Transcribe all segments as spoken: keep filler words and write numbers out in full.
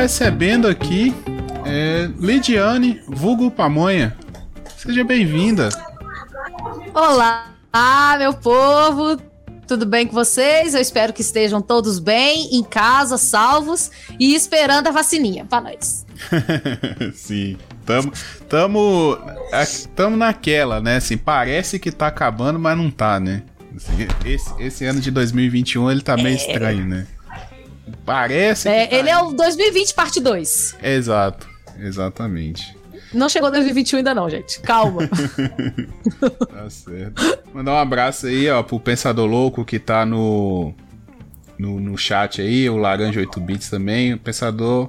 recebendo aqui é, Lidiane, vulgo Pamonha. Seja bem-vinda. Olá, meu povo. Tudo bem com vocês? Eu espero que estejam todos bem, em casa, salvos e esperando a vacininha pra nós. Sim, tamo, tamo, tamo naquela, né? Assim, parece que tá acabando, mas não tá, né? Assim, esse, esse ano de dois mil e vinte e um, ele tá meio é... estranho, né? Parece é, que tá... Ele é o dois mil e vinte parte dois. Exato, exatamente. Não chegou dois mil e vinte e um ainda não, gente. Calma. Tá certo. Mandar um abraço aí, ó, pro Pensador Louco que tá no, no, no chat aí, o Laranja oito bits também. O Pensador...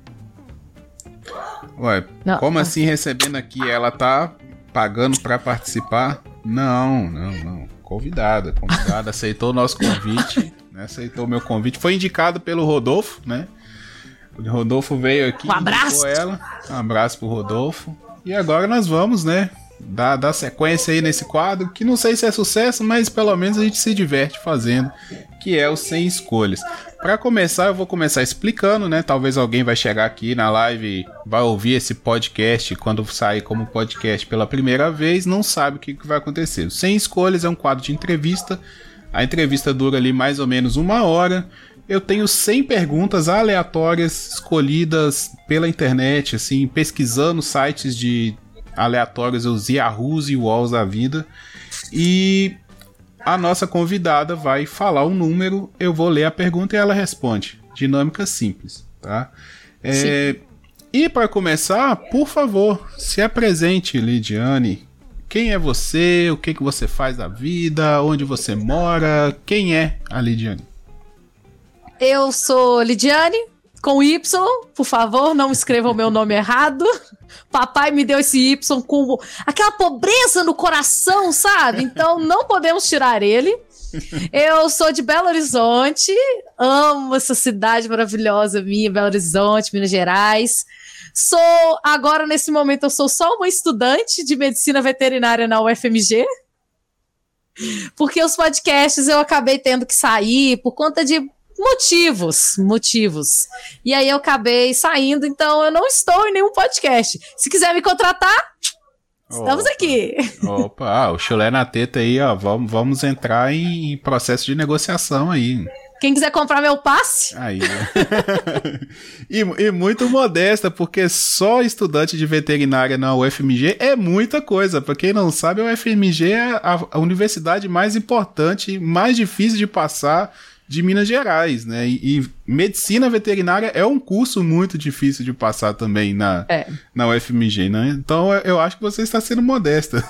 Ué, não, como não. assim recebendo aqui? Ela tá pagando pra participar? Não, não, não. Convidada, convidada. Aceitou o nosso convite, né? Aceitou o meu convite. Foi indicado pelo Rodolfo, né? O Rodolfo veio aqui. Um abraço. Ela. Um abraço pro Rodolfo. E agora nós vamos, né? Dar, dar sequência aí nesse quadro, que não sei se é sucesso, mas pelo menos a gente se diverte fazendo, que é o Sem Escolhas. Para começar, eu vou começar explicando, né? Talvez alguém vai chegar aqui na live, vai ouvir esse podcast quando sair como podcast pela primeira vez, não sabe o que, que vai acontecer. O Sem Escolhas é um quadro de entrevista. A entrevista dura ali mais ou menos uma hora. Eu tenho cem perguntas aleatórias escolhidas pela internet, assim, pesquisando sites de aleatórios, os Yahoos e Walls da vida. E a nossa convidada vai falar um número, eu vou ler a pergunta e ela responde. Dinâmica simples, tá? É, e para começar, por favor, se apresente, Lidiane. Quem é você? O que, que você faz da vida? Onde você mora? Quem é a Lidiane? Eu sou Lidiane, com Y, por favor, não escrevam o meu nome errado. Papai me deu esse Y com aquela pobreza no coração, sabe? Então não podemos tirar ele. Eu sou de Belo Horizonte, amo essa cidade maravilhosa minha, Belo Horizonte, Minas Gerais. Sou, agora nesse momento, eu sou só uma estudante de medicina veterinária na U F M G. Porque os podcasts eu acabei tendo que sair por conta de Motivos, motivos. E aí eu acabei saindo, então eu não estou em nenhum podcast. Se quiser me contratar, estamos opa, aqui. Opa, ah, o chulé na teta aí, ó. Vamos, vamos entrar em processo de negociação aí. Quem quiser comprar meu passe. Aí, né? e, e muito modesta, porque só estudante de veterinária na U F M G é muita coisa. Pra quem não sabe, a U F M G é a, a universidade mais importante, mais difícil de passar de Minas Gerais, né? E, e medicina veterinária é um curso muito difícil de passar também na, é. na U F M G, né? Então eu acho que você está sendo modesta.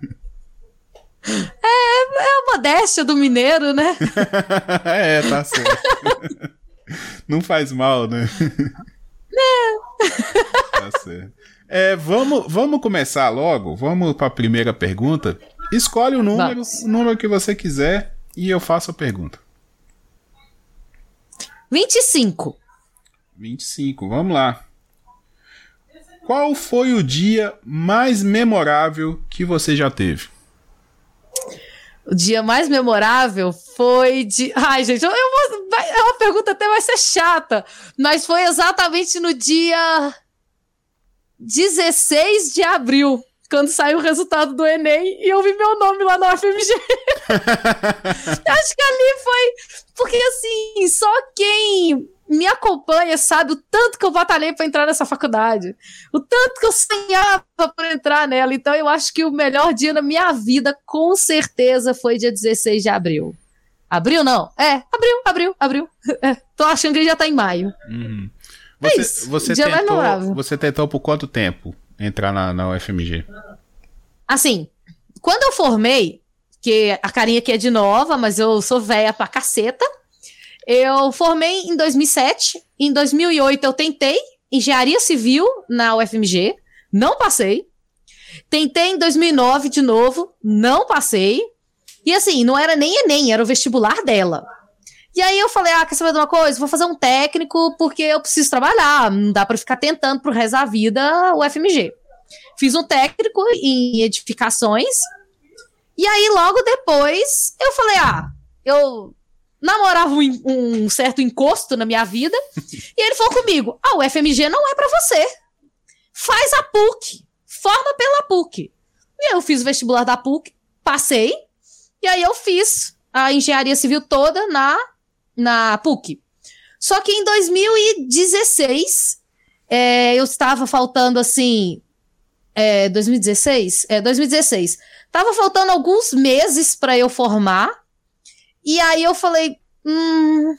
É, é a modéstia do mineiro, né? É, tá certo. Não faz mal, né? É. Tá certo. É, vamos, vamos começar logo? Vamos para a primeira pergunta? Escolhe o número, o número que você quiser e eu faço a pergunta. vinte e cinco. vinte e cinco, vamos lá. Qual foi o dia mais memorável que você já teve? O dia mais memorável foi de... Ai, gente, eu, eu vou... é uma pergunta até vai ser chata, mas foi exatamente no dia dezesseis de abril, quando saiu o resultado do Enem e eu vi meu nome lá na U F M G. Acho que ali foi... Porque, assim, só quem me acompanha sabe o tanto que eu batalhei pra entrar nessa faculdade. O tanto que eu sonhava por entrar nela. Então, eu acho que o melhor dia da minha vida, com certeza, foi dia dezesseis de abril. Abril, não? É, abril, abril, abril. É, tô achando que ele já tá em maio. Uhum. Você, é isso. Você dia tentou, mais memorável. Você tentou por quanto tempo entrar na, na U F M G? Assim, quando eu formei, que a carinha aqui é de nova, mas eu sou velha pra caceta, eu formei em dois mil e sete, em dois mil e oito eu tentei engenharia civil na U F M G, não passei, tentei em dois mil e nove de novo, não passei, e assim, não era nem Enem, era o vestibular dela. E aí eu falei, ah, quer saber de uma coisa? Vou fazer um técnico porque eu preciso trabalhar, não dá pra ficar tentando pro resto da vida o U F M G. Fiz um técnico em edificações, e aí logo depois eu falei, ah, eu namorava um, um certo encosto na minha vida, e ele falou comigo, ah, o F M G não é pra você. Faz a P U C. Forma pela P U C. E aí eu fiz o vestibular da P U C, passei, e aí eu fiz a engenharia civil toda na, na P U C. Só que em dois mil e dezesseis, é, eu estava faltando assim... É, dois mil e dezesseis? É, dois mil e dezesseis. Tava faltando alguns meses pra eu formar, e aí eu falei, hum,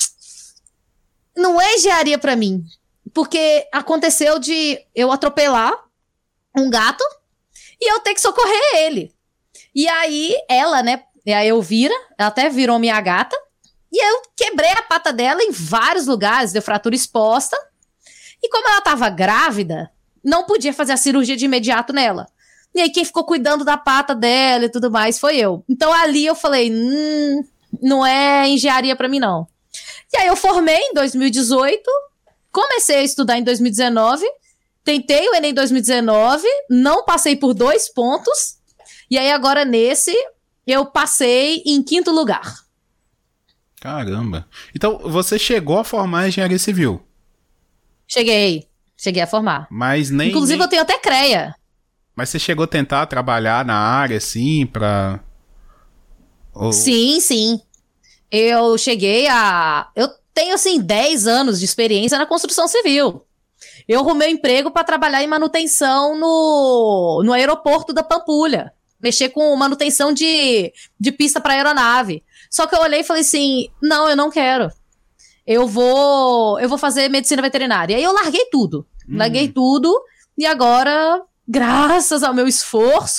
não é engenharia pra mim, porque aconteceu de eu atropelar um gato e eu ter que socorrer ele. E aí ela, né, a Elvira, ela até virou minha gata, e eu quebrei a pata dela em vários lugares, deu fratura exposta, e como ela tava grávida, não podia fazer a cirurgia de imediato nela. E aí quem ficou cuidando da pata dela e tudo mais foi eu. Então ali eu falei, hum, não é engenharia pra mim não. E aí eu formei em dois mil e dezoito, comecei a estudar em dois mil e dezenove, tentei o Enem em dois mil e dezenove, não passei por dois pontos, e aí agora nesse eu passei em quinto lugar. Caramba. Então você chegou a formar engenharia civil? Cheguei, cheguei a formar. Mas nem... Inclusive nem... eu tenho até CREA. Mas você chegou a tentar trabalhar na área, assim, pra... Ou... Sim, sim. Eu cheguei a... Eu tenho, assim, dez anos de experiência na construção civil. Eu arrumei um emprego para trabalhar em manutenção no, no aeroporto da Pampulha. Mexer com manutenção de, de pista para aeronave. Só que eu olhei e falei assim, não, eu não quero. Eu vou, eu vou fazer medicina veterinária. E aí eu larguei tudo. Hum. Larguei tudo e agora... Graças ao meu esforço,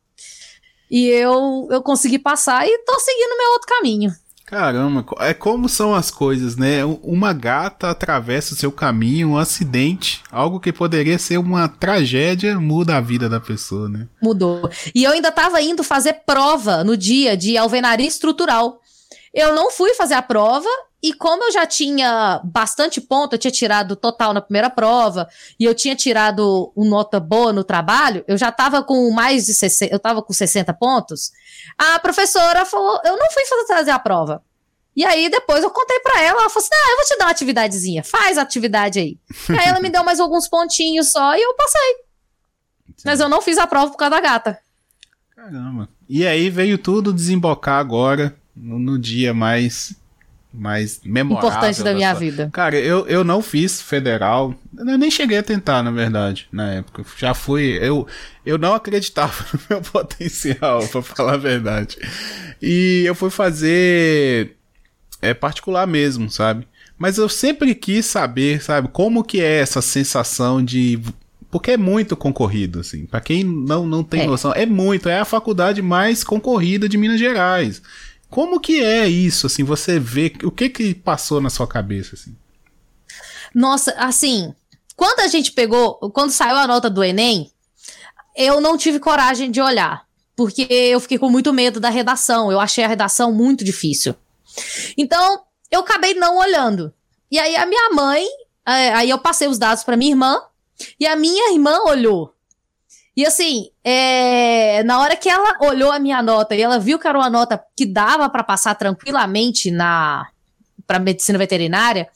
e eu, eu consegui passar e tô seguindo meu outro caminho. Caramba, é como são as coisas, né? Uma gata atravessa o seu caminho, um acidente, algo que poderia ser uma tragédia, muda a vida da pessoa, né? Mudou. E eu ainda tava indo fazer prova no dia de alvenaria estrutural. Eu não fui fazer a prova, e como eu já tinha bastante ponto, eu tinha tirado total na primeira prova, e eu tinha tirado uma nota boa no trabalho, eu já tava com mais de sessenta, eu tava com sessenta pontos, a professora falou, eu não fui fazer a prova. E aí depois eu contei pra ela, ela falou assim, ah, eu vou te dar uma atividadezinha, faz a atividade aí. E aí ela me deu mais alguns pontinhos só, e eu passei. Sim. Mas eu não fiz a prova por causa da gata. Caramba. E aí veio tudo desembocar agora, no, no dia mais... mais memorável. Importante da, da minha sua... vida. Cara, eu, eu não fiz federal, eu nem cheguei a tentar, na verdade, na época. Já fui, eu, eu não acreditava no meu potencial, pra falar a verdade. E eu fui fazer é, particular mesmo, sabe? Mas eu sempre quis saber, sabe, como que é essa sensação de... Porque é muito concorrido, assim. Pra quem não, não tem é. noção, é muito, é a faculdade mais concorrida de Minas Gerais. Como que é isso, assim, você vê, o que que passou na sua cabeça, assim? Nossa, assim, quando a gente pegou, quando saiu a nota do Enem, eu não tive coragem de olhar, porque eu fiquei com muito medo da redação, eu achei a redação muito difícil. Então, eu acabei não olhando. E aí a minha mãe, aí eu passei os dados pra minha irmã, e a minha irmã olhou. E assim, é, na hora que ela olhou a minha nota e ela viu que era uma nota que dava pra passar tranquilamente na para medicina veterinária,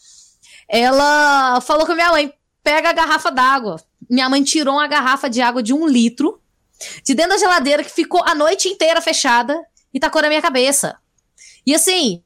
ela falou com a minha mãe, pega a garrafa d'água. Minha mãe tirou uma garrafa de água de um litro de dentro da geladeira que ficou a noite inteira fechada e tacou na minha cabeça. E assim,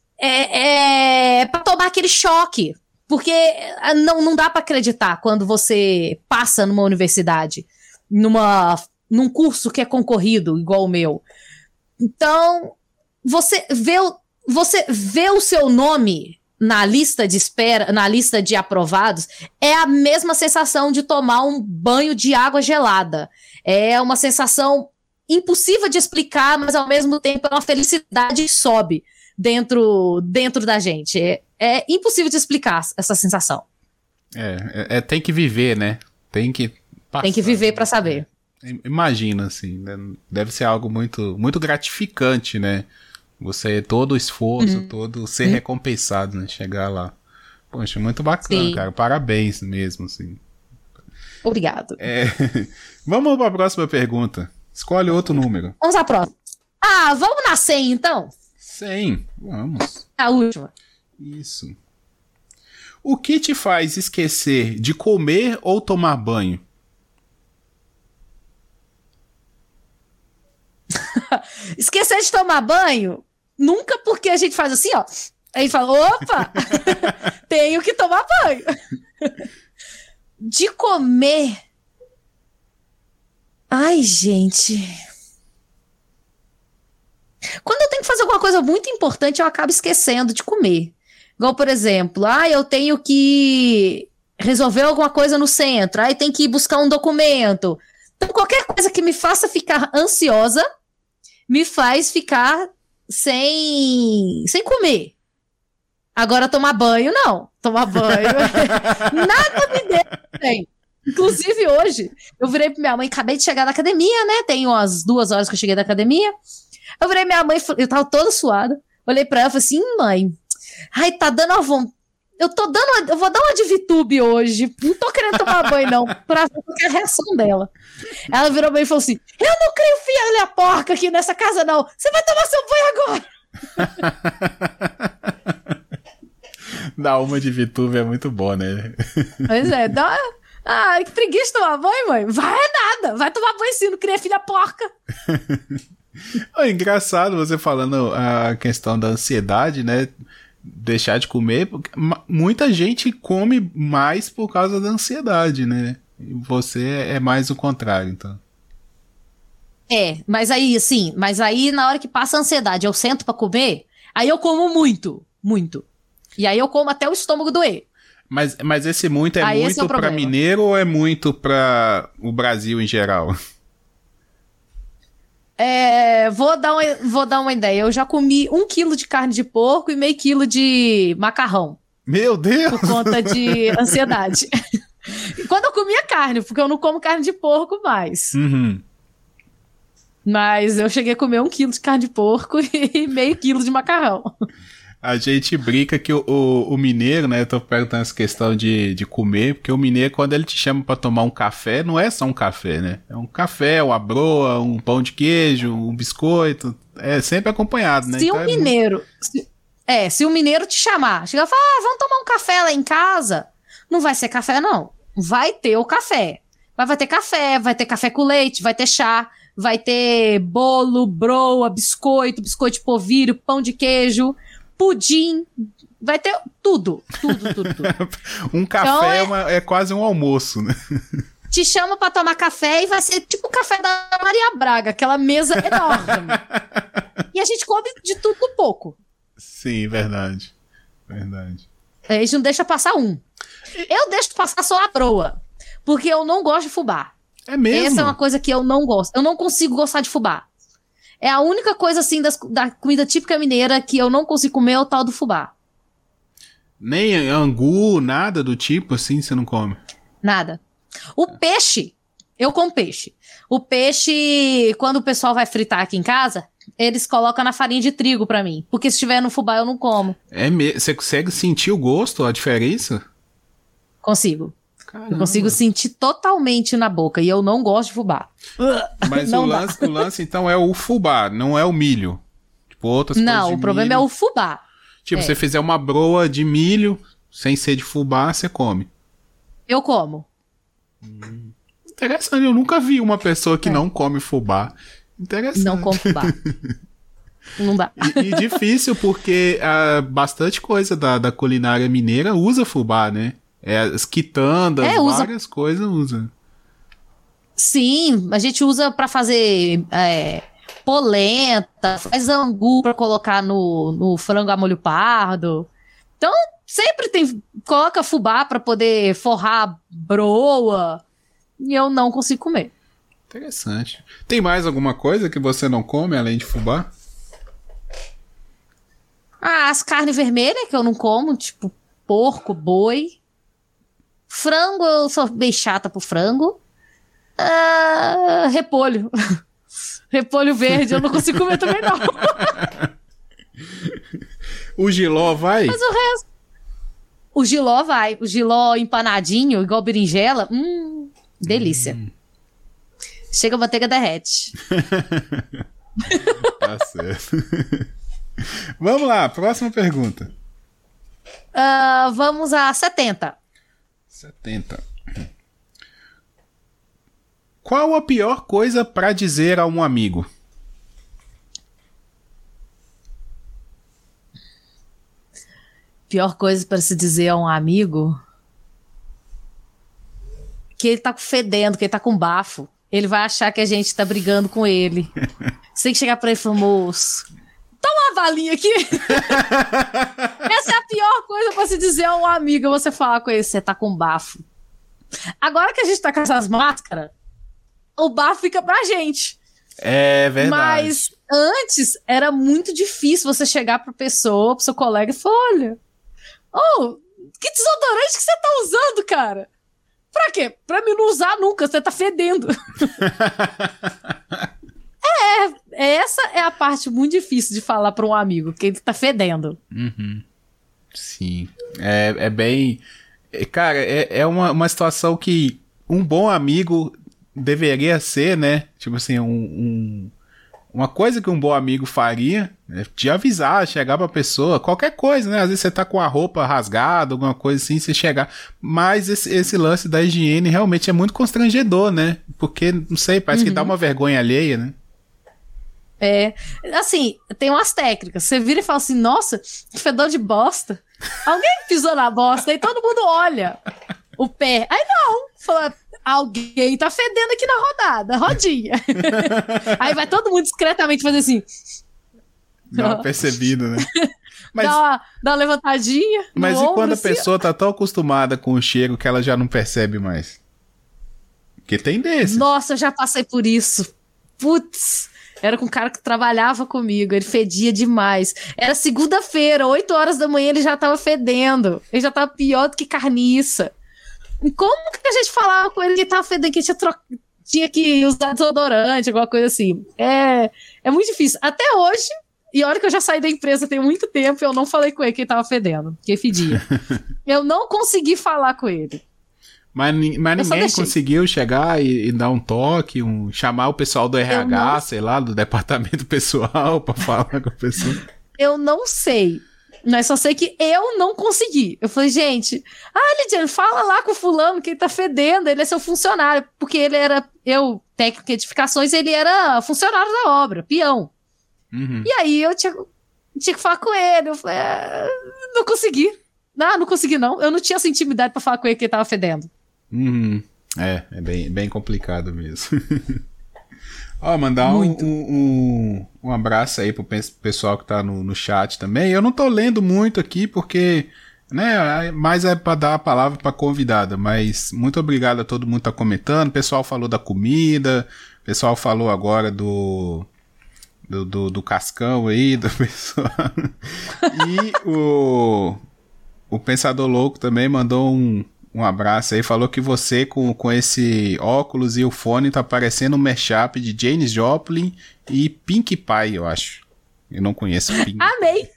é, é pra tomar aquele choque, porque não, não dá pra acreditar quando você passa numa universidade. Numa, num curso que é concorrido, igual o meu. Então, você vê, você vê o seu nome na lista de espera, na lista de aprovados, é a mesma sensação de tomar um banho de água gelada. É uma sensação impossível de explicar, mas ao mesmo tempo é uma felicidade que sobe dentro, dentro da gente. É, é impossível de explicar essa sensação. É, é, tem que viver, né? Tem que passar. Tem que viver pra saber. Imagina, assim, né? Deve ser algo muito, muito gratificante, né? Você, todo o esforço, uhum. todo ser uhum. recompensado, né? Chegar lá. Poxa, muito bacana, Sim. cara. Parabéns mesmo, assim. Obrigado. É... Vamos pra próxima pergunta. Escolhe outro número. Vamos à próxima. Ah, vamos na cem, então? cem. Vamos. A última. Isso. O que te faz esquecer de comer ou tomar banho? Esquecer de tomar banho? Nunca, porque a gente faz assim, ó. Aí fala, opa, tenho que tomar banho. De comer. Ai, gente. Quando eu tenho que fazer alguma coisa muito importante, eu acabo esquecendo de comer. Igual, por exemplo, ah, eu tenho que resolver alguma coisa no centro, aí tem que ir buscar um documento. Então, qualquer coisa que me faça ficar ansiosa, me faz ficar sem, sem comer. Agora, tomar banho, não. Tomar banho, nada me deu. Inclusive, hoje, eu virei pra minha mãe, acabei de chegar da academia, né? Tem umas duas horas que eu cheguei da academia. Eu virei minha mãe, eu tava toda suada. Olhei pra ela e falei assim, mãe, ai, tá dando uma vontade. Eu tô dando, uma... eu vou dar uma de VTube hoje. Não tô querendo tomar banho, não. Pra ver qual que é a reação dela. Ela virou pra mim e falou assim, eu não crio filha porca aqui nessa casa, não. Você vai tomar seu banho agora. Dar uma de VTube é muito bom, né? Pois é, dá... Ah, que preguiça de tomar banho, mãe. Vai é nada. Vai tomar banho sim, não cria filha porca. É engraçado você falando a questão da ansiedade, né? Deixar de comer. Porque muita gente come mais por causa da ansiedade, né? E você é mais o contrário, então. É, mas aí, assim, mas aí na hora que passa a ansiedade, eu sento pra comer, aí eu como muito, muito. E aí eu como até o estômago doer. Mas, mas esse muito é aí muito é pra mineiro ou é muito pra o Brasil em geral? É, vou dar uma, vou dar uma ideia. Eu já comi um quilo de carne de porco e meio quilo de macarrão. Meu Deus! Por conta de ansiedade. Quando eu comia carne, porque eu não como carne de porco mais. Uhum. Mas eu cheguei a comer um quilo de carne de porco e meio quilo de macarrão. A gente brinca que o, o, o mineiro, né? Eu tô perguntando essa questão de, de comer, porque o mineiro, quando ele te chama pra tomar um café, não é só um café, né? É um café, uma broa, um pão de queijo, um biscoito. É sempre acompanhado, né? Se então um é mineiro. Muito... Se, é, se um mineiro te chamar, chega e fala, ah, vamos tomar um café lá em casa. Não vai ser café, não. Vai ter o café. Mas vai ter café, vai ter café com leite, vai ter chá, vai ter bolo, broa, biscoito, biscoito de polvilho, pão de queijo. Pudim, vai ter tudo, tudo, tudo, tudo. Um café então, é... É, uma, é quase um almoço, né? Te chama pra tomar café e vai ser tipo o café da Maria Braga, aquela mesa enorme. E a gente come de tudo um pouco. Sim, verdade, verdade. A gente não deixa passar um. Eu deixo passar só a broa, porque eu não gosto de fubá. É mesmo? Essa é uma coisa que eu não gosto. Eu não consigo gostar de fubá. É a única coisa, assim, das, da comida típica mineira que eu não consigo comer é o tal do fubá. Nem angu, nada do tipo, assim, você não come? Nada. O peixe, eu como peixe. O peixe, quando o pessoal vai fritar aqui em casa, eles colocam na farinha de trigo pra mim. Porque se tiver no fubá, eu não como. É mesmo? Você consegue sentir o gosto, a diferença? Consigo. Caramba. Eu consigo sentir totalmente na boca. E eu não gosto de fubá. Mas o lance, o lance, então, é o fubá, não é o milho. Tipo, outras não, coisas de o problema milho. é o fubá. Tipo, é. se você fizer uma broa de milho, sem ser de fubá, você come. Eu como. Hum. Interessante, eu nunca vi uma pessoa que é. não come fubá. Interessante. Não come fubá. Não dá. E, e difícil, porque uh, bastante coisa da, da culinária mineira usa fubá, né? É, as quitandas, é, usa... várias coisas usa. Sim, a gente usa pra fazer é, polenta, faz angu pra colocar no, no frango a molho pardo. Então, sempre tem, coloca fubá pra poder forrar broa, e eu não consigo comer. Interessante. Tem mais alguma coisa que você não come, além de fubá? Ah, as carnes vermelhas que eu não como, tipo porco, boi. Frango, eu sou bem chata pro frango. Ah, repolho. Repolho verde, eu não consigo comer também, não. O jiló vai? Mas o resto... O jiló vai. O jiló empanadinho, igual berinjela. Hum, delícia. Hum. Chega a manteiga derrete. Tá certo. Vamos lá, próxima pergunta. Uh, vamos a setenta. setenta. Qual a pior coisa pra dizer a um amigo? Pior coisa para se dizer a um amigo? Que ele tá fedendo, que ele tá com bafo. Ele vai achar que a gente tá brigando com ele. Você tem que chegar pra ele e falar, moço, toma uma balinha aqui. Essa é a pior coisa pra se dizer a um amigo. Você falar com ele, você tá com bafo. Agora que a gente tá com essas máscaras, o bafo fica pra gente. É verdade. Mas antes era muito difícil você chegar pra pessoa, pro seu colega e falar, olha, oh, que desodorante que você tá usando, cara? Pra quê? Pra mim não usar nunca, você tá fedendo. É, essa é a parte muito difícil de falar pra um amigo, que ele tá fedendo. Uhum. Sim, é, é bem... Cara, é, é uma, uma situação que um bom amigo deveria ser, né? Tipo assim, um, um, uma coisa que um bom amigo faria, né? De avisar, chegar pra pessoa, qualquer coisa, né? Às vezes você tá com a roupa rasgada, alguma coisa assim, você chegar... Mas esse, esse lance da higiene realmente é muito constrangedor, né? Porque, não sei, parece uhum. que dá uma vergonha alheia, né? É, assim, tem umas técnicas. Você vira e fala assim, nossa, que fedor de bosta. Alguém pisou na bosta, aí todo mundo olha o pé. Aí não, fala, alguém tá fedendo aqui na rodada, rodinha. Aí vai todo mundo discretamente fazer assim. Dá uma percebida, né? Mas, dá, uma, dá uma levantadinha. Mas e ombro, quando a assim, pessoa tá tão acostumada com o cheiro que ela já não percebe mais? Porque tem desses. Nossa, eu já passei por isso. Putz. Era com um cara que trabalhava comigo, ele fedia demais. Era segunda-feira, oito horas da manhã, ele já tava fedendo. Ele já tava pior do que carniça. E como que a gente falava com ele que ele tava fedendo, que tinha, tro... tinha que usar desodorante, alguma coisa assim? É, é muito difícil. Até hoje, e olha que eu já saí da empresa tem muito tempo, eu não falei com ele que ele tava fedendo, que ele fedia. Eu não consegui falar com ele. Mas, mas ninguém conseguiu chegar e, e dar um toque, um, chamar o pessoal do R H, não... sei lá, do departamento pessoal pra falar com a pessoa? Eu não sei. Mas só sei que eu não consegui. Eu falei, gente, ah, Lidiane, fala lá com o fulano que ele tá fedendo, ele é seu funcionário. Porque ele era, eu, técnico de edificações, ele era funcionário da obra, peão. Uhum. E aí eu tinha, tinha que falar com ele. Eu falei, ah, não consegui. Não, não consegui não. Eu não tinha essa intimidade pra falar com ele que ele tava fedendo. Uhum. É, é bem, bem complicado mesmo. Ó, mandar um, um, um abraço aí pro pessoal que tá no, no chat também. Eu não tô lendo muito aqui porque, né, mais é pra dar a palavra pra convidada, mas muito obrigado a todo mundo que tá comentando. O pessoal falou da comida, o pessoal falou agora do... Do, do, do Cascão aí, do pessoal. E o, o Pensador Louco também mandou um Um abraço aí, falou que você com, com esse óculos e o fone tá parecendo um mashup de Janis Joplin e Pink Pie, eu acho. Eu não conheço Pink. Amei!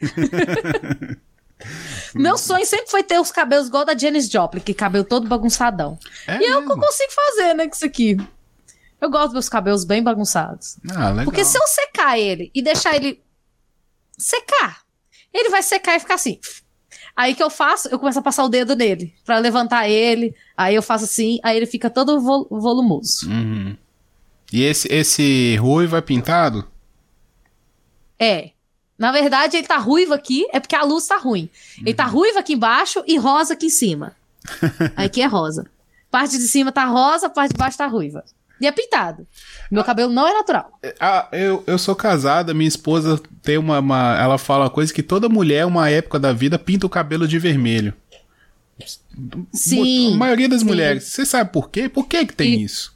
Meu sonho sempre foi ter os cabelos igual da Janis Joplin, que cabelo todo bagunçadão. É e é o que eu consigo fazer, né, com isso aqui. Eu gosto dos meus cabelos bem bagunçados. Ah, legal. Porque se eu secar ele e deixar ele secar, ele vai secar e ficar assim... Aí que eu faço, eu começo a passar o dedo nele, pra levantar ele, aí eu faço assim, aí ele fica todo vol- volumoso. Uhum. E esse, esse ruivo é pintado? É. Na verdade, ele tá ruivo aqui, é porque a luz tá ruim. Uhum. Ele tá ruivo aqui embaixo e rosa aqui em cima. Aí aqui é rosa. Parte de cima tá rosa, parte de baixo tá ruiva. E é pintado. Meu cabelo não é natural. Ah, eu, eu sou casada, minha esposa tem uma, uma... Ela fala uma coisa que toda mulher, uma época da vida, pinta o cabelo de vermelho. Sim. A maioria das sim. mulheres. Você sabe por quê? Por que que tem e... isso?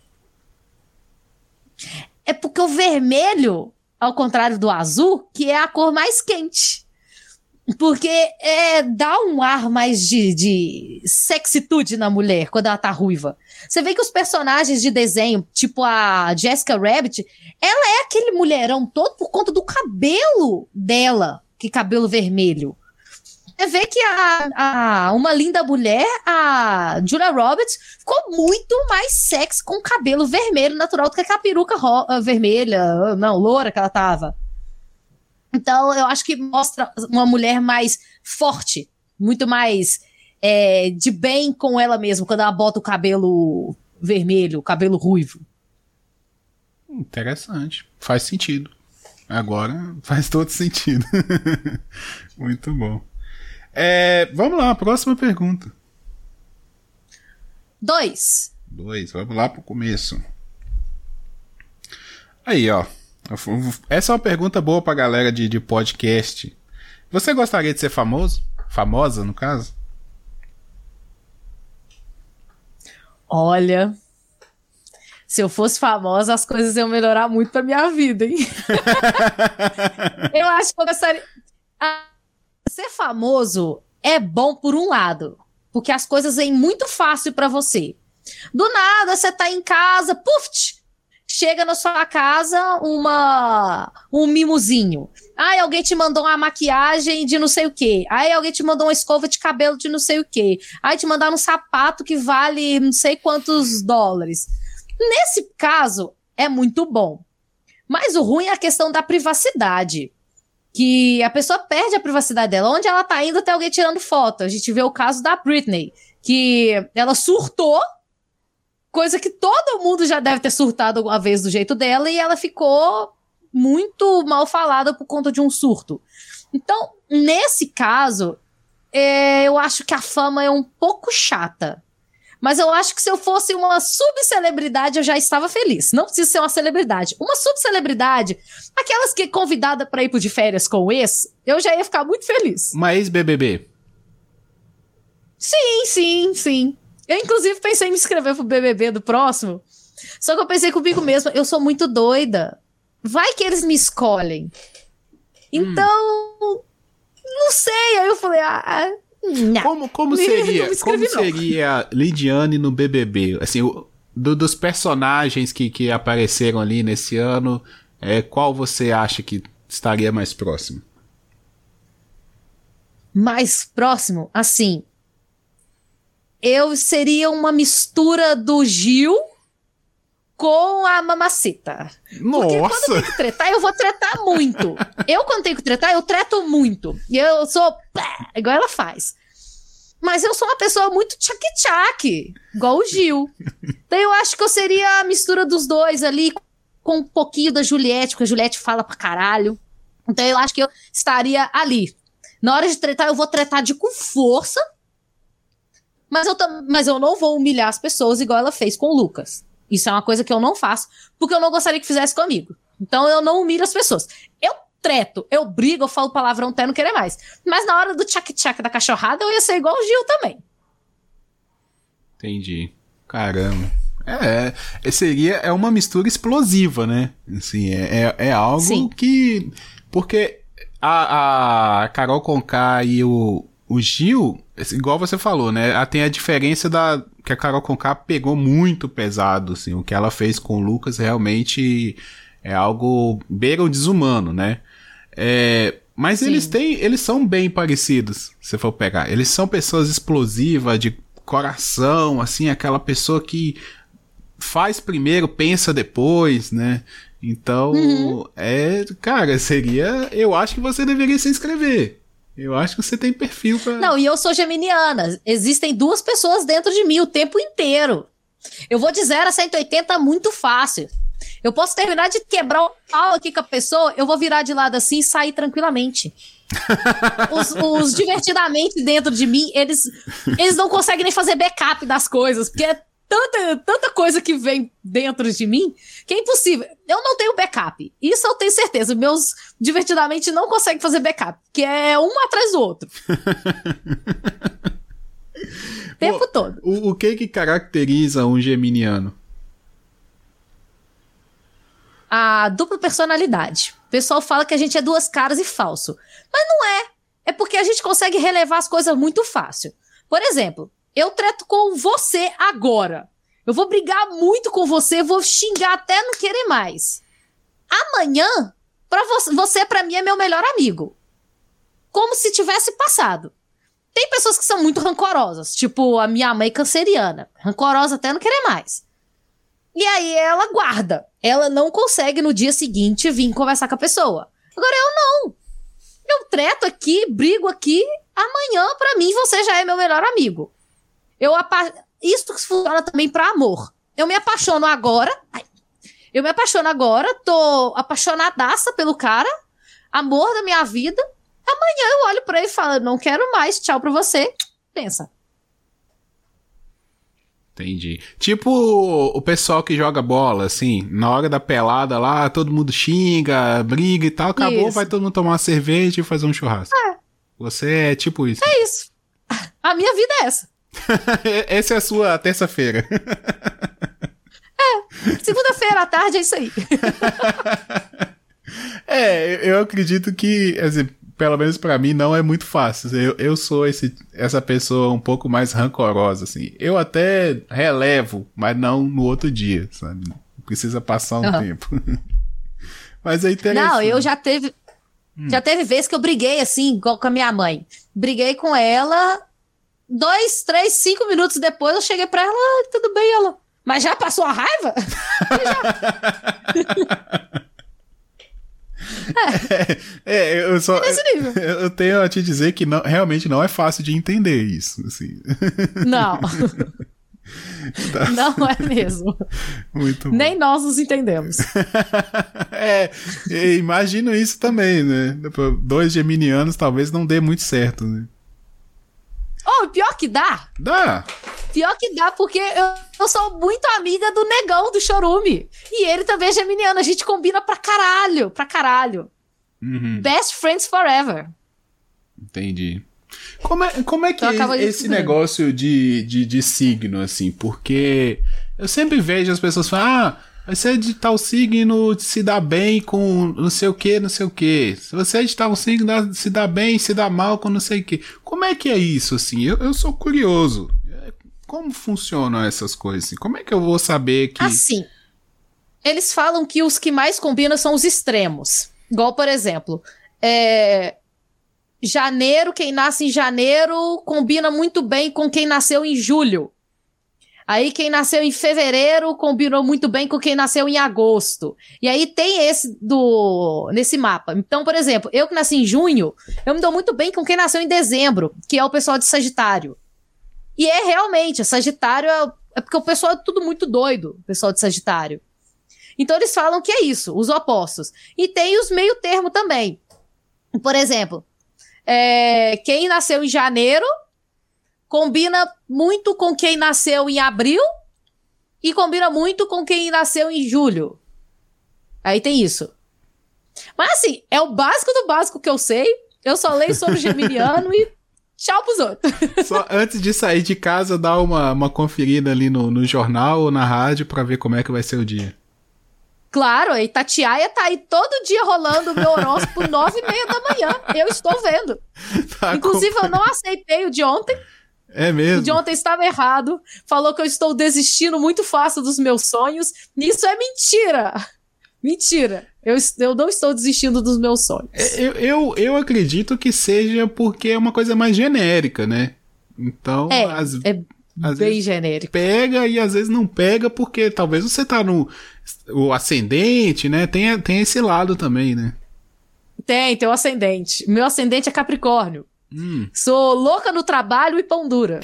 É porque o vermelho, ao contrário do azul, que é a cor mais quente. Porque é, dá um ar mais de, de sexitude na mulher quando ela tá ruiva. Você vê que os personagens de desenho, tipo a Jessica Rabbit, ela é aquele mulherão todo por conta do cabelo dela, que cabelo vermelho. Você vê que a, a, uma linda mulher, a Julia Roberts, ficou muito mais sexy com o cabelo vermelho natural do que a peruca ro- vermelha, não, loura que ela tava. Então, eu acho que mostra uma mulher mais forte, muito mais é, de bem com ela mesma, quando ela bota o cabelo vermelho, o cabelo ruivo. Interessante. Faz sentido. Agora faz todo sentido. Muito bom. É, vamos lá, próxima pergunta. Dois. Dois, vamos lá pro começo. Aí, ó. Essa é uma pergunta boa pra galera de, de podcast. Você gostaria de ser famoso? Famosa, no caso? Olha, se eu fosse famosa, as coisas iam melhorar muito pra minha vida, hein? Eu acho que eu gostaria... Ah, ser famoso é bom por um lado, porque as coisas vêm muito fácil pra você. Do nada, você tá em casa, puf, chega na sua casa uma um mimozinho. Aí alguém te mandou uma maquiagem de não sei o quê. Aí alguém te mandou uma escova de cabelo de não sei o quê. Aí te mandaram um sapato que vale não sei quantos dólares. Nesse caso, é muito bom. Mas o ruim é a questão da privacidade. Que a pessoa perde a privacidade dela. Onde ela tá indo, tem alguém tirando foto. A gente vê o caso da Britney, que ela surtou, coisa que todo mundo já deve ter surtado alguma vez do jeito dela, e ela ficou muito mal falada por conta de um surto. Então, nesse caso, é, eu acho que a fama é um pouco chata. Mas eu acho que se eu fosse uma subcelebridade, eu já estava feliz. Não precisa ser uma celebridade. Uma subcelebridade, aquelas que é convidada para ir pro de férias com o ex, eu já ia ficar muito feliz. Uma ex-B B B? Sim, sim, sim. Eu, inclusive, pensei em me inscrever pro B B B do próximo. Só que eu pensei comigo mesma, eu sou muito doida. Vai que eles me escolhem. Então, hum. não sei. Aí eu falei, ah... Não. Como, como seria, como seria Lidiane no B B B? Assim, o, do, dos personagens que, que apareceram ali nesse ano, é, qual você acha que estaria mais próximo? Mais próximo? Assim, eu seria uma mistura do Gil com a Mamacita. Nossa! Porque quando eu tenho que tretar, eu vou tretar muito. Eu, quando tenho que tretar, eu treto muito. E eu sou... Pá, igual ela faz. Mas eu sou uma pessoa muito tchac-tchac, igual o Gil. Então eu acho que eu seria a mistura dos dois ali, com um pouquinho da Juliette, porque a Juliette fala pra caralho. Então eu acho que eu estaria ali. Na hora de tretar, eu vou tretar de com força, mas eu, mas eu não vou humilhar as pessoas igual ela fez com o Lucas. Isso é uma coisa que eu não faço, porque eu não gostaria que fizesse comigo. Então eu não humilho as pessoas. Eu treto, eu brigo, eu falo palavrão até não querer mais. Mas na hora do tchac-tchac da cachorrada, eu ia ser igual o Gil também. Entendi. Caramba. É, é seria é uma mistura explosiva, né? Assim, é, é, é algo Sim. que... Porque a, a Carol Conká e o, o Gil, igual você falou, né? Tem a diferença da... que a Carol Conká pegou muito pesado, assim. O que ela fez com o Lucas realmente é algo beira o desumano, né? É, mas eles têm, eles são bem parecidos, se for pegar. Eles são pessoas explosivas, de coração, assim, aquela pessoa que faz primeiro, pensa depois, né? Então, uhum. é, cara, seria... Eu acho que você deveria se inscrever. Eu acho que você tem perfil pra... Não, e eu sou geminiana. Existem duas pessoas dentro de mim o tempo inteiro. Eu vou de zero a cento e oitenta muito fácil. Eu posso terminar de quebrar o pau aqui com a pessoa, eu vou virar de lado assim e sair tranquilamente. os, os divertidamente dentro de mim, eles, eles não conseguem nem fazer backup das coisas, porque é tanta, tanta coisa que vem dentro de mim que é impossível. Eu não tenho backup. Isso eu tenho certeza. Meus divertidamente não conseguem fazer backup, que é um atrás do outro. O tempo Pô, todo. O, o que que caracteriza um geminiano? A dupla personalidade. O pessoal fala que a gente é duas caras e falso. Mas não é. É porque a gente consegue relevar as coisas muito fácil. Por exemplo, eu treto com você agora. Eu vou brigar muito com você, vou xingar até não querer mais. Amanhã, pra você, você pra mim é meu melhor amigo. Como se tivesse passado. Tem pessoas que são muito rancorosas, tipo a minha mãe canceriana. Rancorosa até não querer mais. E aí ela guarda. Ela não consegue no dia seguinte vir conversar com a pessoa. Agora eu não. eu treto aqui, brigo aqui, amanhã, pra mim, você já é meu melhor amigo. Eu apa... Isso funciona também pra amor. Eu me apaixono agora, ai, eu me apaixono agora, tô apaixonadaça pelo cara, amor da minha vida, amanhã eu olho pra ele e falo, não quero mais, tchau pra você, pensa. Entendi. Tipo o pessoal que joga bola, assim, na hora da pelada lá, todo mundo xinga, briga e tal, acabou, isso. Vai todo mundo tomar uma cerveja e fazer um churrasco. É. Você é tipo isso. É isso. A minha vida é essa. Essa é a sua terça-feira. É, segunda-feira à tarde é isso aí. É, eu acredito que, assim, pelo menos pra mim, não é muito fácil. Eu, eu sou esse, essa pessoa um pouco mais rancorosa, assim. Eu até relevo, mas não no outro dia, sabe? Precisa passar um uhum. tempo. Mas é interessante. Não, eu já teve... Hum. Já teve vezes que eu briguei, assim, igual com a minha mãe. Briguei com ela, dois, três, cinco minutos depois eu cheguei pra ela, ah, tudo bem, ela... Mas já passou a raiva? já... É, é, eu só eu, eu tenho a te dizer que não, realmente não é fácil de entender isso, assim. Não. Tá. Não é mesmo. Muito bom. Nem nós nos entendemos. É, imagino isso também, né? Dois geminianos talvez não dê muito certo, né? Oh, pior que dá. Dá. Pior que dá, porque eu, eu sou muito amiga do Negão, do Chorume. E ele também é geminiano. A gente combina pra caralho. Pra caralho. Uhum. Best friends forever. Entendi. Como é, como é que é esse negócio de, de, de signo, assim? Porque eu sempre vejo as pessoas falar, ah, você é de tal signo, se dá bem com não sei o que, não sei o que. Se você é de tal signo, se dá bem, se dá mal com não sei o que. Como é que é isso, assim? Eu, eu sou curioso. Como funcionam essas coisas, assim? Como é que eu vou saber que... Assim, eles falam que os que mais combinam são os extremos. Igual, por exemplo, é... janeiro, quem nasce em janeiro combina muito bem com quem nasceu em julho. Aí quem nasceu em fevereiro combinou muito bem com quem nasceu em agosto. E aí tem esse do nesse mapa. Então, por exemplo, eu que nasci em junho, eu me dou muito bem com quem nasceu em dezembro, que é o pessoal de Sagitário. E é realmente, Sagitário é, é porque o pessoal é tudo muito doido, o pessoal de Sagitário. Então eles falam que é isso, os opostos. E tem os meio termo também. Por exemplo, é, quem nasceu em janeiro combina muito com quem nasceu em abril e combina muito com quem nasceu em julho. Aí tem isso. Mas assim, é o básico do básico que eu sei. Eu só leio sobre geminiano e tchau pros outros. Só antes de sair de casa, dá uma, uma conferida ali no, no jornal ou na rádio pra ver como é que vai ser o dia. Claro, a Itatiaia tá aí todo dia rolando o meu horóscopo nove e meia da manhã. Eu estou vendo. Tá. Inclusive, com... eu não aceitei o de ontem. É mesmo? O de ontem estava errado. Falou que eu estou desistindo muito fácil dos meus sonhos. Isso é mentira. Mentira. Eu, eu não estou desistindo dos meus sonhos. Eu, eu, eu acredito que seja porque é uma coisa mais genérica, né? Então, é, as, é às bem vezes genérico. Pega e às vezes não pega porque talvez você tá no o ascendente, né? Tem, tem esse lado também, né? Tem, tem o ascendente. Meu ascendente é Capricórnio. Hum. Sou louca no trabalho e pão dura.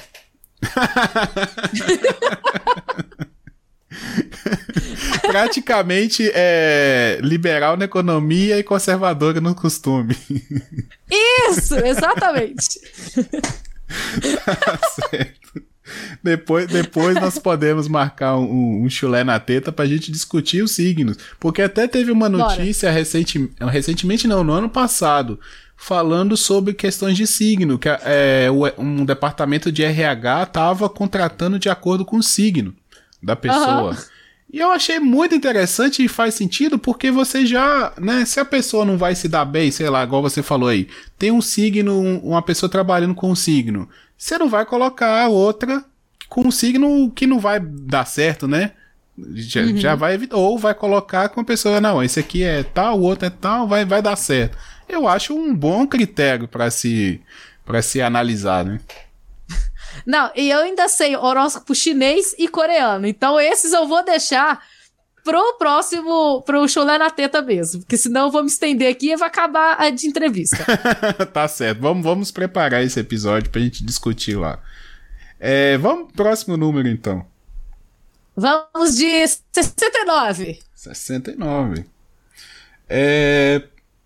Praticamente é liberal na economia e conservadora no costume. Isso, exatamente. Tá certo. Depois, depois nós podemos marcar um, um chulé na teta pra gente discutir os signos. Porque até teve uma notícia recenti, recentemente, não, no ano passado, falando sobre questões de signo, que é, um departamento de R H estava contratando de acordo com o signo da pessoa. Uhum. E eu achei muito interessante e faz sentido porque você já, né, se a pessoa não vai se dar bem, sei lá, igual você falou aí, tem um signo, uma pessoa trabalhando com um signo, você não vai colocar outra com um signo que não vai dar certo, né? Já, uhum. já vai evitar, ou vai colocar com a pessoa, não, esse aqui é tal, o outro é tal, vai, vai dar certo. Eu acho um bom critério para se, para se analisar, né? Não, e eu ainda sei horóscopo chinês e coreano, então esses eu vou deixar pro próximo, pro Chulé na Teta mesmo. Porque senão eu vou me estender aqui e vai acabar a de entrevista. Tá certo. Vamos, vamos preparar esse episódio pra gente discutir lá. É, vamos pro próximo número, então. Vamos de sessenta e nove. sessenta e nove. É...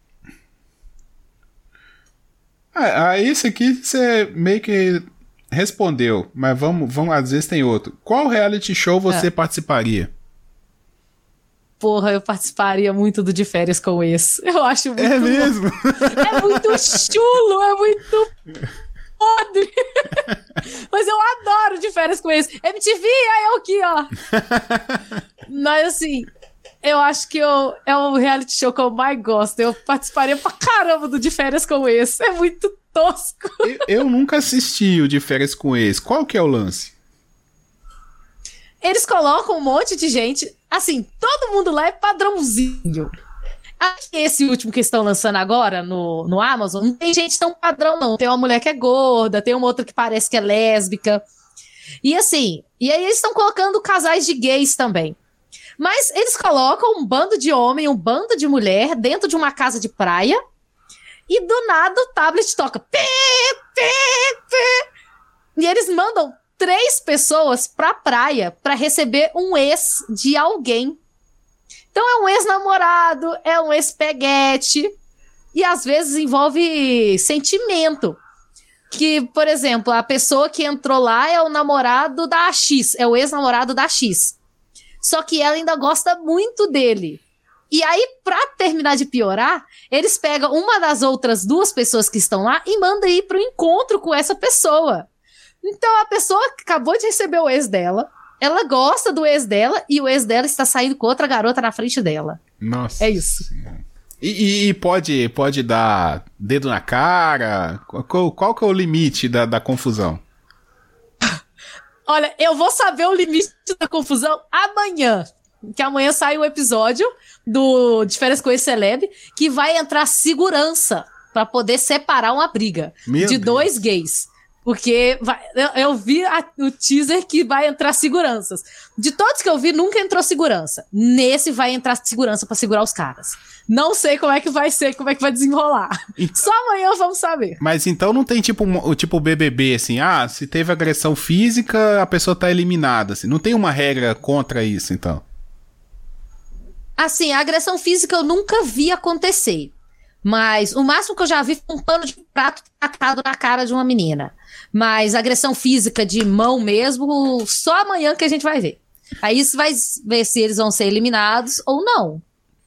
Ah, esse aqui você meio que respondeu, mas vamos, vamos, às vezes tem outro. Qual reality show você é. participaria? Porra, eu participaria muito do De Férias com Ex. Eu acho muito... É mesmo? É muito chulo, é muito podre. Mas eu adoro De Férias com Ex. M T V, aí eu aqui, ó. Mas assim, eu acho que eu, é o reality show que eu mais gosto. Eu participaria pra caramba do De Férias com Ex. É muito tosco. Eu, eu nunca assisti o De Férias com Ex. Qual que é o lance? Eles colocam um monte de gente... Assim, todo mundo lá é padrãozinho. Acho que esse último que estão lançando agora no, no Amazon, não tem gente tão padrão, não. Tem uma mulher que é gorda, tem uma outra que parece que é lésbica. E assim, e aí eles estão colocando casais de gays também. Mas eles colocam um bando de homem, um bando de mulher dentro de uma casa de praia e do nada o tablet toca. Pê, pê, pê. E eles mandam três pessoas pra praia pra receber um ex de alguém. Então é um ex-namorado, é um ex-peguete, e às vezes envolve sentimento. Que, por exemplo, a pessoa que entrou lá é o namorado da X, é o ex-namorado da X. Só que ela ainda gosta muito dele. E aí, pra terminar de piorar, eles pegam uma das outras duas pessoas que estão lá e mandam ir pro encontro com essa pessoa. Então a pessoa acabou de receber o ex dela, ela gosta do ex dela e o ex dela está saindo com outra garota na frente dela. Nossa. É isso. E, e pode, pode dar dedo na cara? Qual, qual que é o limite da, da confusão? Olha, eu vou saber o limite da confusão amanhã. Que amanhã sai o episódio do De Férias com Ex-Celeb que vai entrar segurança para poder separar uma briga Meu de Deus. dois gays. Porque vai, eu, eu vi a, o teaser que vai entrar seguranças. De todos que eu vi, nunca entrou segurança. Nesse vai entrar segurança pra segurar os caras. Não sei como é que vai ser, como é que vai desenrolar. Então, só amanhã vamos saber. Mas então não tem tipo o tipo B B B, assim, ah, se teve agressão física, a pessoa tá eliminada, assim. Não tem uma regra contra isso, então? Assim, a agressão física eu nunca vi acontecer. Mas o máximo que eu já vi foi um pano de prato tacado na cara de uma menina. Mas agressão física de mão mesmo, só amanhã que a gente vai ver. Aí você vai ver se eles vão ser eliminados ou não.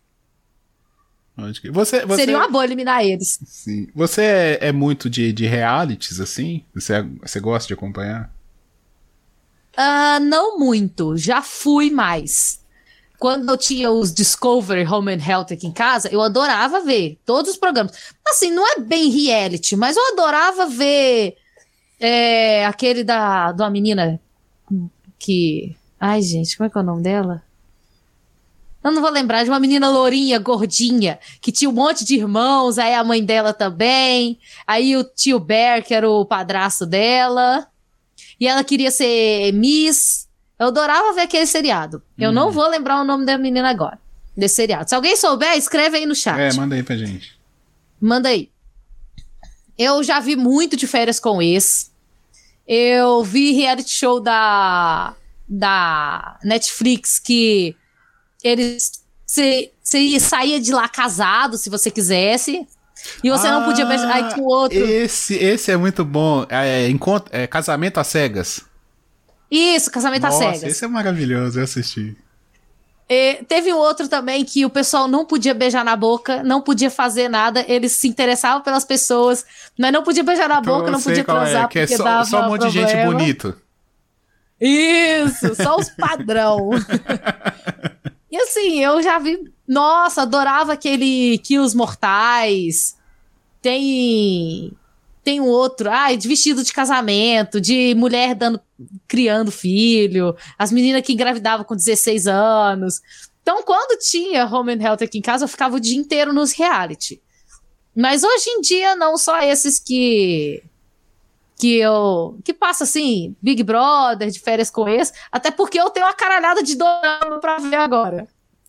Você, você... Seria uma boa eliminar eles. Sim. Você é, é muito de, de realities, assim? Você, é, você gosta de acompanhar? Uh, não muito. Já fui mais. Quando eu tinha os Discovery Home and Health aqui em casa, eu adorava ver todos os programas. Assim, não é bem reality, mas eu adorava ver é, aquele da, da menina que... Ai, gente, como é que é o nome dela? Eu não vou lembrar, de uma menina lourinha, gordinha, que tinha um monte de irmãos, aí a mãe dela também, aí o tio Bear, que era o padrasto dela, e ela queria ser Miss... Eu adorava ver aquele seriado. Eu hum. não vou lembrar o nome da menina agora, desse seriado. Se alguém souber, escreve aí no chat. É, manda aí pra gente. Manda aí. Eu já vi muito De Férias com Ex. Eu vi reality show da, da Netflix que eles... Você saía de lá casado, se você quisesse. E você ah, não podia beijar. Aí tinha o outro. Esse, esse é muito bom. É, encontro, é Casamento às Cegas. Isso, Casamento às Cegas. Nossa, esse é maravilhoso, eu assisti. E teve um outro também que o pessoal não podia beijar na boca, não podia fazer nada, eles se interessavam pelas pessoas, mas não podia beijar na boca, não podia transar, é, que porque é só, dava só um monte problema. de gente bonito. Isso, só os padrão. E assim, eu já vi... Nossa, adorava aquele Quilos Mortais. Tem... Tem um outro, ai, de vestido de casamento, de mulher dando, criando filho, as meninas que engravidavam com dezesseis anos. Então, quando tinha Home and Health aqui em casa, eu ficava o dia inteiro nos reality. Mas hoje em dia, não só esses que... Que eu... Que passa, assim, Big Brother, De Férias com Ex, até porque eu tenho uma caralhada de dorama pra ver agora.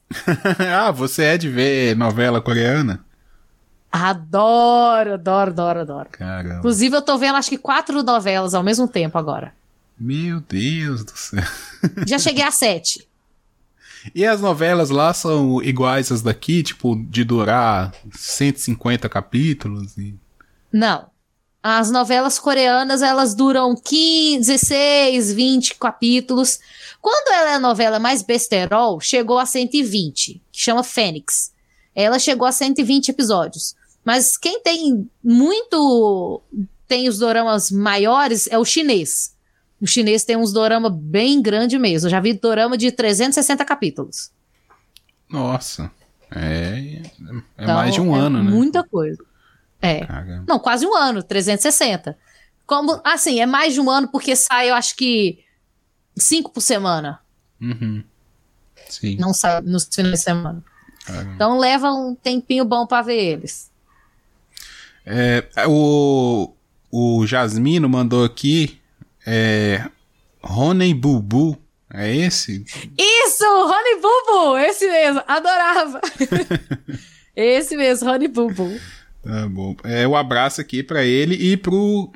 Ah, você é de ver novela coreana? Adoro, adoro, adoro, adoro. Caramba. Inclusive, eu tô vendo acho que quatro novelas ao mesmo tempo agora. Meu Deus do céu. Já cheguei a sete. E as novelas lá são iguais às daqui, tipo, de durar cento e cinquenta capítulos? E... Não. As novelas coreanas, elas duram quinze, dezesseis, vinte capítulos. Quando ela é a novela mais besterol, chegou a cento e vinte, que chama Fênix. Ela chegou a cento e vinte episódios. Mas quem tem muito... tem os doramas maiores é o chinês. O chinês tem uns dorama bem grande mesmo. Eu já vi dorama de trezentos e sessenta capítulos. Nossa. É, é Então, mais de um é ano, né? Muita coisa. É. Caramba. Não, quase um ano, trezentos e sessenta. Como, assim, é mais de um ano porque sai, eu acho que, cinco por semana. Uhum. Sim. Não sai nos finais de semana. Caramba. Então leva um tempinho bom pra ver eles. É, o, o Jasmino mandou aqui é, Honey Boo Boo. É esse? Isso! Honey Boo Boo! Esse mesmo, adorava! Esse mesmo, Honey Boo Boo. Tá bom. É, um abraço aqui pra ele e pro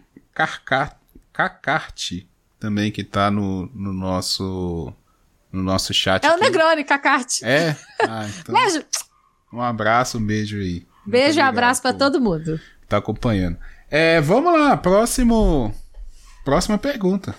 Cacarte também, que tá no, no nosso no nosso chat. É o aqui. Negroni, Cacarte. É? Ah, então, Beijo! um abraço, um beijo aí. Beijo e Muito abraço pra obrigado todo mundo. por tá acompanhando. É, vamos lá, próximo próxima pergunta.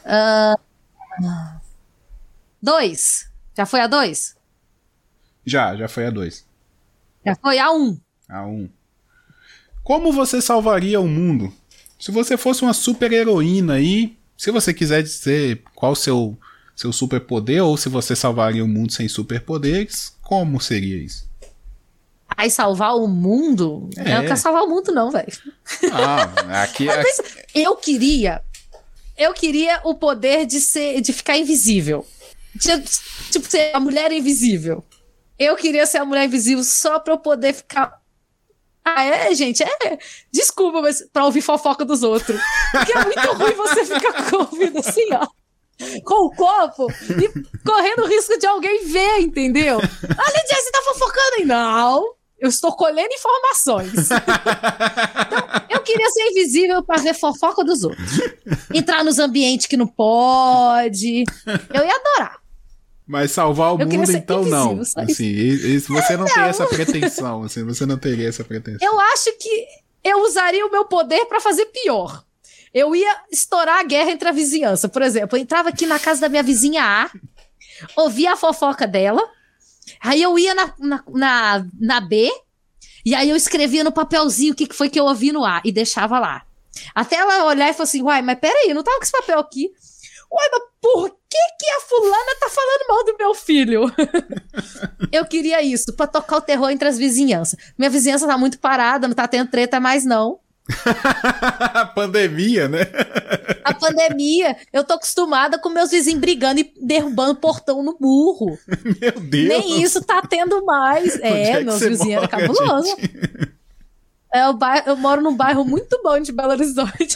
Dois. Já foi a dois? Já, já foi a dois. Já foi a um. A um. Como você salvaria o mundo? Se você fosse uma super heroína aí, se você quiser dizer qual o seu, seu superpoder, ou se você salvaria o mundo sem superpoderes, como seria isso? Aí salvar o mundo? É. Eu não quero salvar o mundo, não, velho. Ah, aqui é. Eu queria. Eu queria o poder de ser, de ficar invisível. Tipo, tipo, ser a mulher invisível. Eu queria ser a mulher invisível só pra eu poder ficar. Ah, é, gente? É. Desculpa, mas pra ouvir fofoca dos outros. Porque é muito ruim você ficar ouvindo assim, ó. Com o copo e correndo o risco de alguém ver, entendeu? Ah, Lidia, você tá fofocando aí? Não. Eu estou colhendo informações. Então, eu queria ser invisível para ver fofoca dos outros. Entrar nos ambientes que não pode. Eu ia adorar. Mas salvar o Eu queria mundo, ser então, não. invisível, só Assim, e- e você não, tem essa pretensão. Assim, você não teria essa pretensão. Eu acho que eu usaria o meu poder para fazer pior. Eu ia estourar a guerra entre a vizinhança. Por exemplo, eu entrava aqui na casa da minha vizinha A, ouvia a fofoca dela, aí eu ia na, na, na, na B, e aí eu escrevia no papelzinho o que que foi que eu ouvi no A, e deixava lá. Até ela olhar e falar assim, uai, mas peraí, eu não tava com esse papel aqui. Uai, mas por que que a fulana tá falando mal do meu filho? Eu queria isso, pra tocar o terror entre as vizinhanças. Minha vizinhança tá muito parada, não tá tendo treta mais não. Pandemia, né? A pandemia, eu tô acostumada com meus vizinhos brigando e derrubando portão no murro. Meu Deus. Nem isso tá tendo mais. Onde É, é que meus você vizinhos eram mora, cabulosos. gente? É, o bairro, eu moro num bairro muito bom de Belo Horizonte.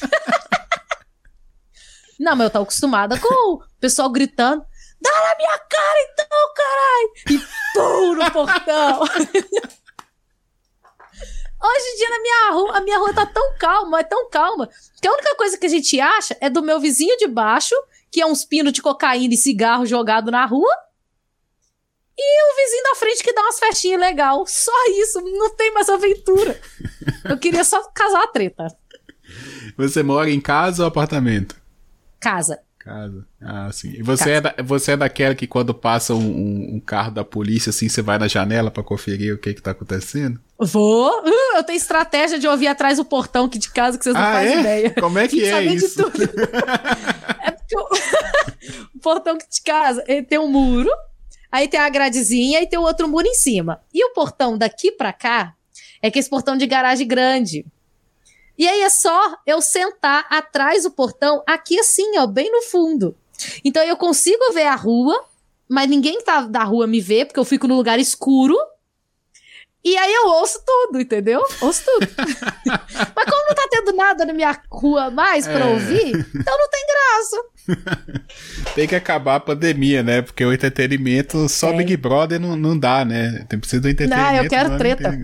Não, mas eu tô acostumada com o pessoal gritando: dá na minha cara então, caralho! E pum, no portão. Hoje em dia, na minha rua, a minha rua tá tão calma, é tão calma, que a única coisa que a gente acha é do meu vizinho de baixo, que é uns pinos de cocaína e cigarro jogado na rua, e o vizinho da frente que dá umas festinhas legal. Só isso, não tem mais aventura. Eu queria só casar a treta. Você mora em casa ou apartamento? Casa. Casa. Ah, sim. E você, é, da, você é daquela que quando passa um, um, um carro da polícia, assim, você vai na janela pra conferir o que que tá acontecendo? Vou. Uh, eu tenho estratégia de ouvir atrás do portão aqui de casa que vocês não Ah, fazem é? ideia. Como é que Fico é sabendo de isso? tudo. É porque o... o portão aqui de casa, ele tem um muro, aí tem a gradezinha e tem o outro muro em cima. E o portão daqui pra cá é que esse portão de garagem grande. E aí é só eu sentar atrás do portão, aqui assim, ó, bem no fundo. Então eu consigo ver a rua, mas ninguém tá da rua me vê, porque eu fico no lugar escuro. E aí eu ouço tudo, entendeu? Ouço tudo. Mas como não tá tendo nada na minha rua mais pra é. ouvir, então não tem graça. Tem que acabar a pandemia, né? Porque o entretenimento, só é. Big Brother não, não dá, né? Tem precisa do entretenimento. Não, eu quero treta.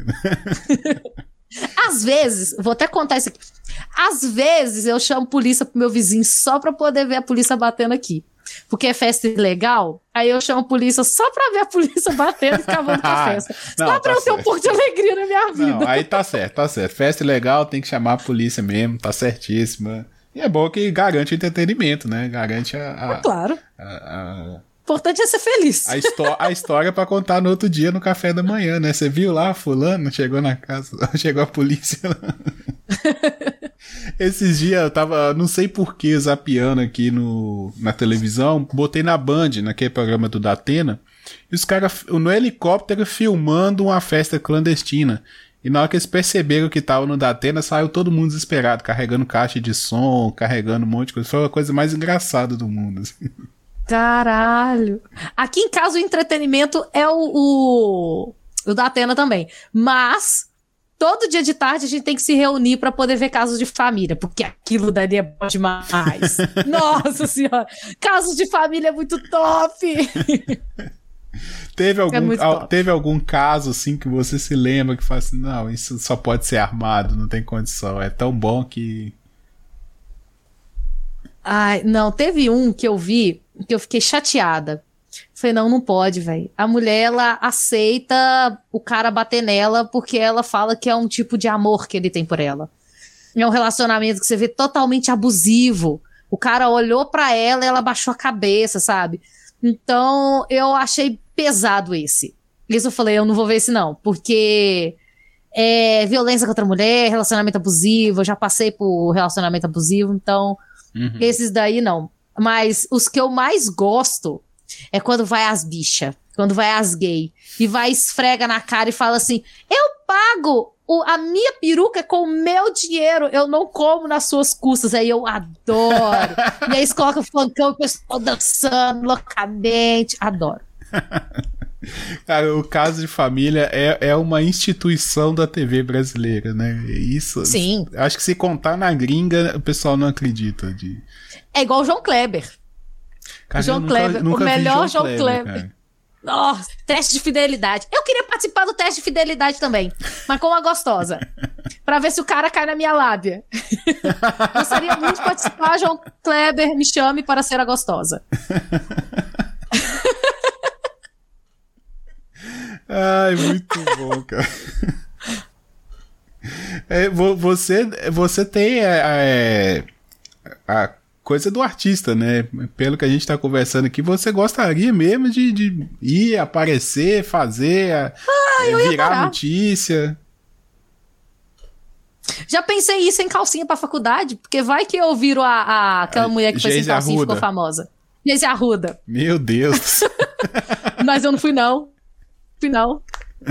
Às vezes, vou até contar isso aqui. Às vezes eu chamo polícia pro meu vizinho só pra poder ver a polícia batendo aqui. Porque é festa ilegal, aí eu chamo a polícia só pra ver a polícia batendo e acabando com a festa. Não, só pra tá eu ter um pouco de alegria na minha vida. Não, aí tá certo, tá certo. Festa ilegal tem que chamar a polícia mesmo, tá certíssima. E é bom que garante o entretenimento, né? Garante a... a é claro. A, a, o importante é ser feliz. A, a história pra contar no outro dia no café da manhã, né? Você viu lá, fulano, chegou na casa, chegou a polícia lá. Esses dias eu tava, não sei por que, zapeando aqui no, na televisão, botei na Band, naquele programa do Datena, e os caras no helicóptero filmando uma festa clandestina. E na hora que eles perceberam que tava no Datena, saiu todo mundo desesperado, carregando caixa de som, carregando um monte de coisa. Foi a coisa mais engraçada do mundo, assim. Caralho. Aqui em casa o entretenimento é o, o, o Datena também. Mas todo dia de tarde a gente tem que se reunir pra poder ver Casos de Família, porque aquilo dali é bom demais. Nossa senhora, Casos de Família é muito top. Teve algum, é teve algum caso assim que você se lembra que fala assim, não, isso só pode ser armado, não tem condição, é tão bom que... Ai, não, teve um que eu vi que eu fiquei chateada. Falei, não, não pode, velho. A mulher, ela aceita o cara bater nela porque ela fala que é um tipo de amor que ele tem por ela. É um relacionamento que você vê totalmente abusivo. O cara olhou pra ela e ela baixou a cabeça, sabe? Então, eu achei pesado esse. Isso eu falei, eu não vou ver esse não, porque é violência contra a mulher, relacionamento abusivo, eu já passei por relacionamento abusivo, então uhum. Esses daí não. Mas os que eu mais gosto é quando vai as bichas, quando vai as gay, e vai esfrega na cara e fala assim, eu pago o, a minha peruca com o meu dinheiro, eu não como nas suas custas. Aí eu adoro. E aí eles colocam funkão, o pessoal dançando loucamente, adoro. Cara, o Caso de Família é, é uma instituição da T V brasileira, né? Isso. Sim. Acho que se contar na gringa, o pessoal não acredita. De... É igual o João Kleber. Cara, João nunca, Kleber, nunca o melhor João, João Kleber. Kleber Nossa, teste de fidelidade. Eu queria participar do teste de fidelidade também, mas com uma gostosa. Pra ver se o cara cai na minha lábia. Gostaria muito de participar, João Kleber, me chame para ser a gostosa. Ai, muito bom, cara. É, você, você tem a, a, a coisa do artista, né? Pelo que a gente tá conversando aqui, você gostaria mesmo de, de ir, aparecer, fazer, a, ah, é, virar notícia. Já pensei isso em calcinha pra faculdade, porque vai que eu viro a, a, aquela a, mulher que foi sem calcinha e ficou famosa. Geise Arruda. Meu Deus. Mas eu não fui, não. Fui, não.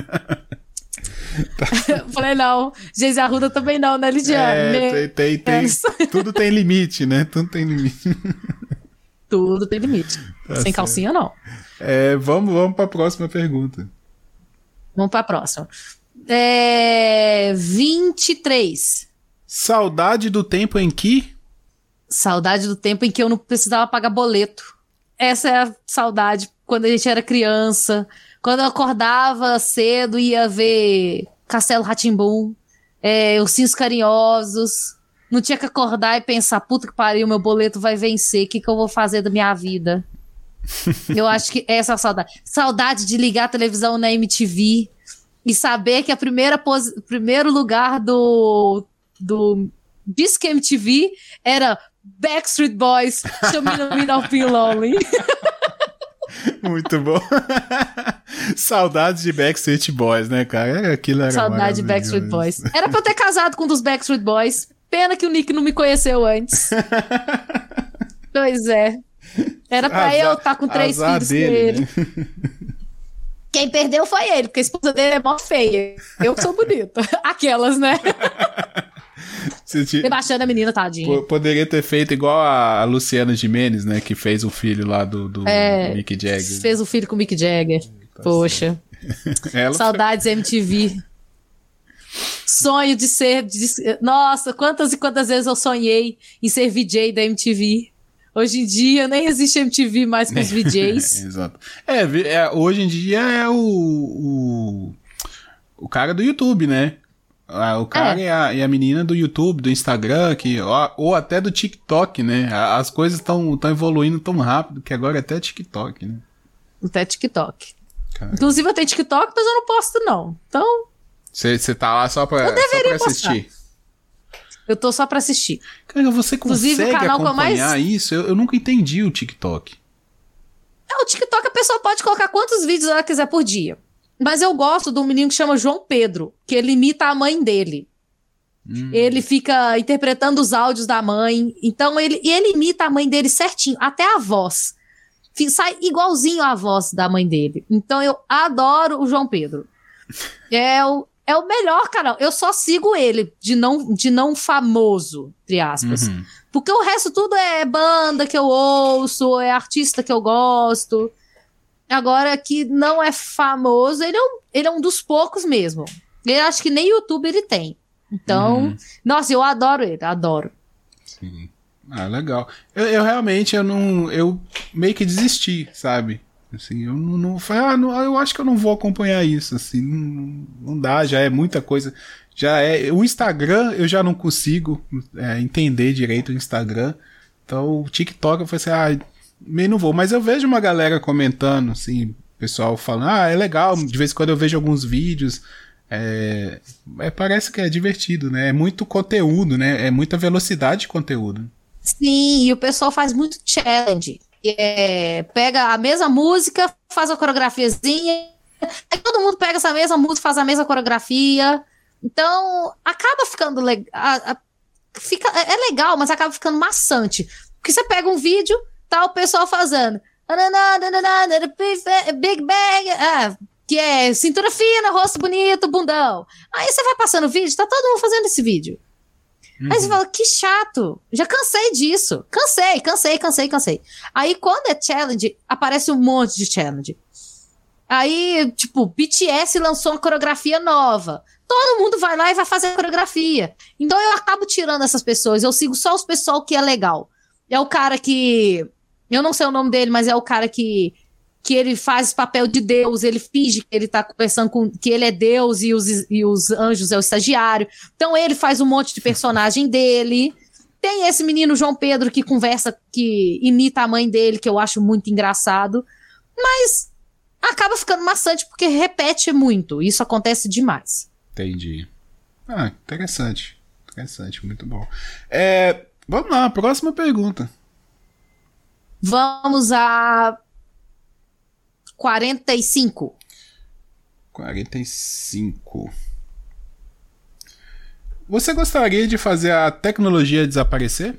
Tá. Falei, não. Geise Arruda também não, né, Lidiane? É, tem, tem, tem. Tudo tem limite, né? Tudo tem limite. Tudo tem limite. Tá Sem certo. Calcinha, não. É, vamos, vamos pra próxima pergunta. Vamos pra próxima. É... vinte e três. Saudade do tempo em que? Saudade do tempo em que eu não precisava pagar boleto. Essa é a saudade quando a gente era criança. Quando eu acordava cedo, ia ver Castelo Rá-Tim-Bum, é, Ursinhos Carinhosos. Não tinha que acordar e pensar, puta que pariu, meu boleto vai vencer, o que, que eu vou fazer da minha vida? Eu acho que essa é a saudade. Saudade de ligar a televisão na M T V e saber que a primeira pos... primeiro lugar do, do Disque M T V era Backstreet Boys, Show Me No Me Not Be Lonely. Muito bom. Saudades de Backstreet Boys, né, cara? Aquilo era Saudade de Backstreet Boys. Era pra eu ter casado com um dos Backstreet Boys. Pena que o Nick não me conheceu antes. Pois é. Era pra azar, eu estar com três filhos dele, com ele. Né? Quem perdeu foi ele, porque a esposa dele é mó feia. Eu que sou bonita. Aquelas, né? Te... Rebaixando a menina, tadinha. Poderia ter feito igual a Luciana Gimenez, né? Que fez o filho lá do, do, é, do Mick Jagger. Fez o filho com o Mick Jagger. Tá Poxa. Certo. Ela Saudades foi... M T V. Sonho de ser... De... Nossa, quantas e quantas vezes eu sonhei em ser V J da M T V. Hoje em dia nem existe M T V mais com os V Js. Exato. É, é, hoje em dia é o, o, o cara do YouTube, né? O cara é. e, a, e a menina do YouTube, do Instagram, que, ou, ou até do TikTok, né? As coisas estão evoluindo tão rápido que agora é até TikTok, né? Até TikTok. Cara. Inclusive eu tenho TikTok, mas eu não posto não. Então... Você tá lá só pra, só pra assistir? Postar. Eu tô só pra assistir. Cara, você consegue o canal acompanhar mais... isso? Eu, eu nunca entendi o TikTok. É, o TikTok a pessoa pode colocar quantos vídeos ela quiser por dia. Mas eu gosto de um menino que chama João Pedro, que ele imita a mãe dele. Hum. Ele fica interpretando os áudios da mãe. Então ele, ele imita a mãe dele certinho, até a voz. Sai igualzinho a voz da mãe dele. Então eu adoro o João Pedro. É o, é o melhor canal. Eu só sigo ele, de não, de não famoso, entre aspas. Uhum. Porque o resto tudo é banda que eu ouço, é artista que eu gosto. Agora, que não é famoso, ele é um, ele é um dos poucos mesmo. Eu acho que nem YouTube ele tem. Então, uhum. Nossa, eu adoro ele, adoro. Sim. Ah, legal. Eu, eu realmente, eu não... Eu meio que desisti, sabe? Assim, eu não... não, ah, não eu acho que eu não vou acompanhar isso, assim. Não, não dá, já é muita coisa. Já é... O Instagram, eu já não consigo é, entender direito o Instagram. Então, o TikTok, eu falei assim, ah, meio não vou. Mas eu vejo uma galera comentando, assim, pessoal falando, ah, é legal. De vez em quando eu vejo alguns vídeos... É, é, parece que é divertido, né? É muito conteúdo, né? É muita velocidade de conteúdo. Sim, e o pessoal faz muito challenge. É, pega a mesma música, faz a coreografiazinha, aí todo mundo pega essa mesma música, faz a mesma coreografia. Então, acaba ficando legal. Fica, é legal, mas acaba ficando maçante. Porque você pega um vídeo, tá o pessoal fazendo Big Bang, ah, que é cintura fina, rosto bonito, bundão. Aí você vai passando o vídeo, tá todo mundo fazendo esse vídeo. Uhum. Aí você fala, que chato, já cansei disso. Cansei, cansei, cansei, cansei. Aí quando é challenge, aparece um monte de challenge. Aí, tipo, B T S lançou uma coreografia nova. Todo mundo vai lá e vai fazer a coreografia. Então eu acabo tirando essas pessoas. Eu sigo só os pessoal que é legal. É o cara que... Eu não sei o nome dele, mas é o cara que... que ele faz papel de Deus, ele finge que ele tá conversando com, que ele é Deus e os, e os anjos é o estagiário. Então ele faz um monte de personagem dele. Tem esse menino João Pedro que conversa, que imita a mãe dele, que eu acho muito engraçado. Mas acaba ficando maçante porque repete muito. Isso acontece demais. Entendi. Ah, interessante. Interessante, muito bom. É, vamos lá, próxima pergunta. Vamos a... quarenta e cinco. quarenta e cinco. Você gostaria de fazer a tecnologia desaparecer?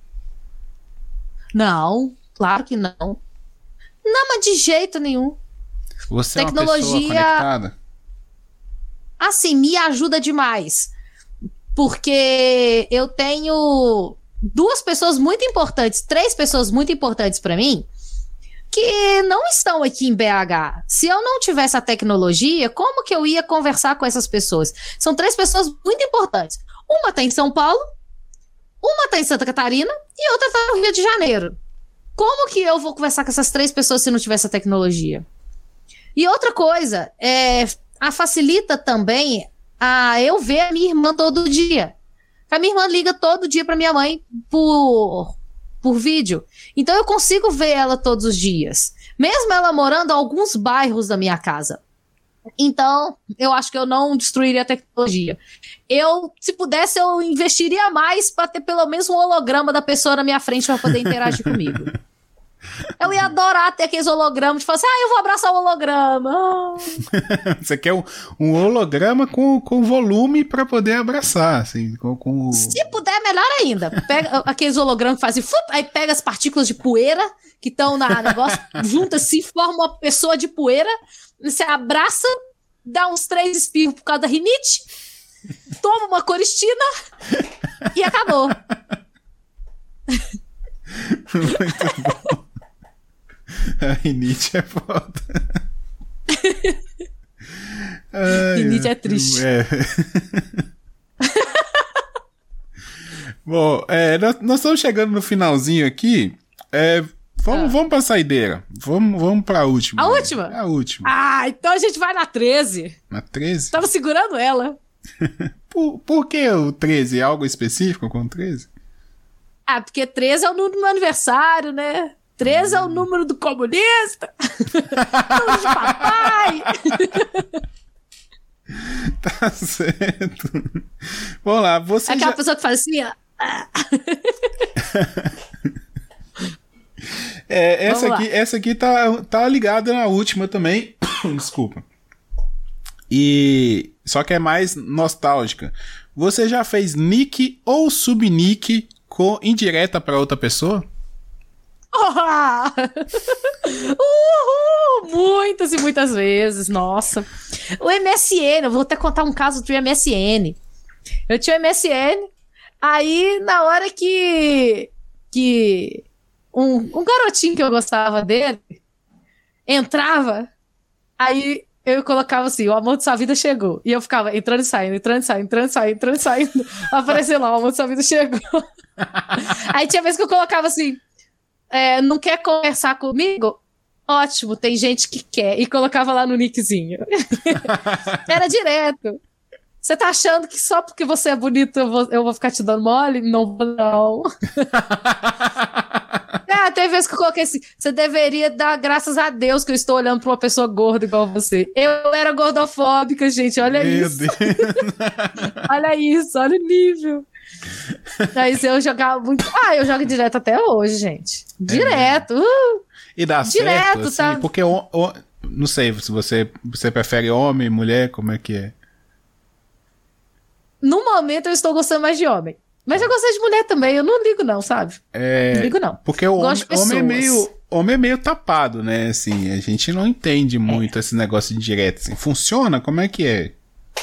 Não, claro que não. Não, mas de jeito nenhum. Você tecnologia, é uma pessoa conectada? Assim, me ajuda demais. Porque eu tenho duas pessoas muito importantes, três pessoas muito importantes pra mim, que não estão aqui em B H. Se eu não tivesse a tecnologia, como que eu ia conversar com essas pessoas? São três pessoas muito importantes. Uma está em São Paulo, uma está em Santa Catarina e outra está no Rio de Janeiro. Como que eu vou conversar com essas três pessoas se não tivesse a tecnologia? E outra coisa, é, a facilita também a eu ver a minha irmã todo dia. A minha irmã liga todo dia para minha mãe por... por vídeo. Então eu consigo ver ela todos os dias. Mesmo ela morando em alguns bairros da minha casa. Então, eu acho que eu não destruiria a tecnologia. Eu, se pudesse, eu investiria mais para ter pelo menos um holograma da pessoa na minha frente para poder interagir comigo. Eu ia adorar ter aqueles hologramas de falar assim, ah, eu vou abraçar o holograma. Você quer um, um holograma com, com volume para poder abraçar, assim, com, com... Se puder, melhor ainda. Pega aqueles hologramas que fazem, aí pega as partículas de poeira que estão na negócio, junta-se, forma uma pessoa de poeira, você abraça, dá uns três espirros por causa da rinite, toma uma coristina e acabou. Muito bom. A rinite é foda. Ai, rinite é triste. É. Bom, é, nós, nós estamos chegando no finalzinho aqui. É, vamos, ah. vamos pra saideira. Vamos, vamos pra última. A última? É a última. Ah, então a gente vai na treze. Na treze? Tava segurando ela. por, por que o treze? É algo específico com o treze? Ah, porque treze é o número do meu aniversário, né? treze hum. é o número do comunista. Número de papai. Tá certo. Vamos lá, você Aquela já... pessoa que faz assim, ó. é, essa, aqui, essa aqui tá, tá ligada na última também. Desculpa. E só que é mais nostálgica. Você já fez nick ou subnick com indireta pra outra pessoa? Uhul! Muitas e muitas vezes, nossa. O M S N, eu vou até contar um caso do M S N. Eu tinha o M S N, aí na hora que, que um, um garotinho que eu gostava dele entrava, aí eu colocava assim, o amor de sua vida chegou. E eu ficava entrando e saindo, entrando e saindo, entrando e saindo, entrando e saindo. Apareceu lá, o amor de sua vida chegou. Aí tinha vez que eu colocava assim, é, não quer conversar comigo? Ótimo, tem gente que quer. E colocava lá no nickzinho. Era direto. Você tá achando que só porque você é bonito eu vou, eu vou ficar te dando mole? Não, não. Ah, tem vezes que eu coloquei assim, você deveria dar graças a Deus que eu estou olhando pra uma pessoa gorda igual você. Eu era gordofóbica, gente, olha Meu isso. Olha isso, olha o nível. Aí eu jogava muito. Ah, eu jogo direto até hoje, gente. Direto. É. Uh, e dá direto, certo, assim, tá? Porque o, o, não sei se você, você prefere homem, mulher, como é que é? No momento eu estou gostando mais de homem. Mas eu gostei de mulher também, eu não ligo não, sabe? É, não ligo não. Porque o homem, homem, é meio, homem é meio tapado, né? Assim, a gente não entende muito é. esse negócio de direto. Assim. Funciona? Como é que é?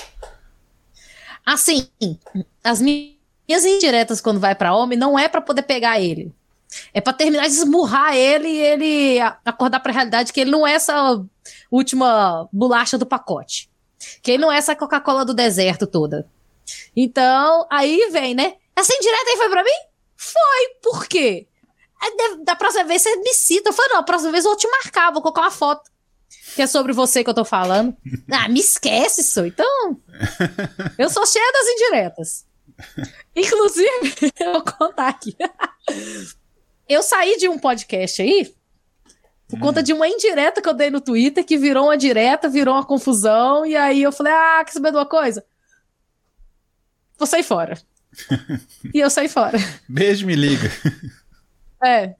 Assim, as minhas indiretas quando vai pra homem não é pra poder pegar ele. É pra terminar de esmurrar ele e ele acordar pra realidade que ele não é essa última bolacha do pacote. Que ele não é essa Coca-Cola do deserto toda. Então, aí vem, né? Essa indireta aí foi pra mim? Foi. Por quê? Da próxima vez você me cita. Eu falei, não, a próxima vez eu vou te marcar, vou colocar uma foto. Que é sobre você que eu tô falando. Ah, me esquece isso. Então, eu sou cheia das indiretas. Inclusive, eu vou contar aqui. Eu saí de um podcast aí por hum. conta de uma indireta que eu dei no Twitter, que virou uma direta, virou uma confusão, e aí eu falei, ah, quer saber de uma coisa? Vou sair fora. E eu saí fora. Beijo, me liga. É.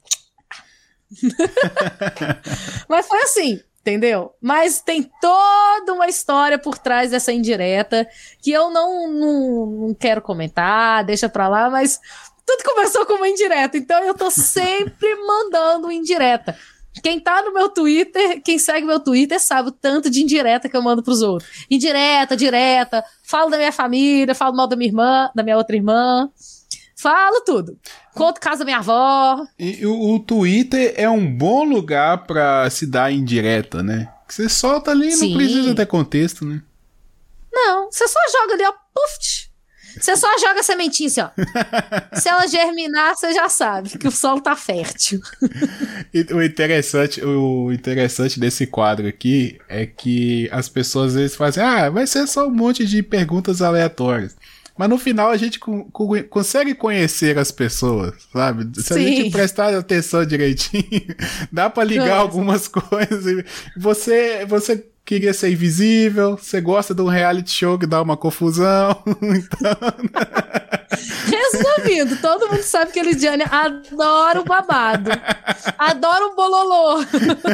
Mas foi assim, entendeu? Mas tem toda uma história por trás dessa indireta que eu não, não, não quero comentar, deixa pra lá, mas tudo começou com uma indireta, então eu tô sempre mandando indireta. Quem tá no meu Twitter, quem segue meu Twitter sabe o tanto de indireta que eu mando pros outros. Indireta, direta, falo da minha família, falo mal da minha irmã, da minha outra irmã, falo tudo. Conto caso da minha avó. E o, o Twitter é um bom lugar pra se dar indireta, né? Que você solta ali e não precisa ter contexto, né? Não, você só joga ali, ó, puf. Você só joga a sementinha assim, ó. Se ela germinar, você já sabe que o solo tá fértil. O interessante, o interessante desse quadro aqui é que as pessoas às vezes fazem, ah, vai ser só um monte de perguntas aleatórias. Mas no final a gente co- co- consegue conhecer as pessoas, sabe? Se Sim. a gente prestar atenção direitinho, dá pra ligar Nossa. algumas coisas. Você, você queria ser invisível, você gosta de um reality show que dá uma confusão. Então... Resumindo, todo mundo sabe que a Lidiane adora o babado. Adora um bololô.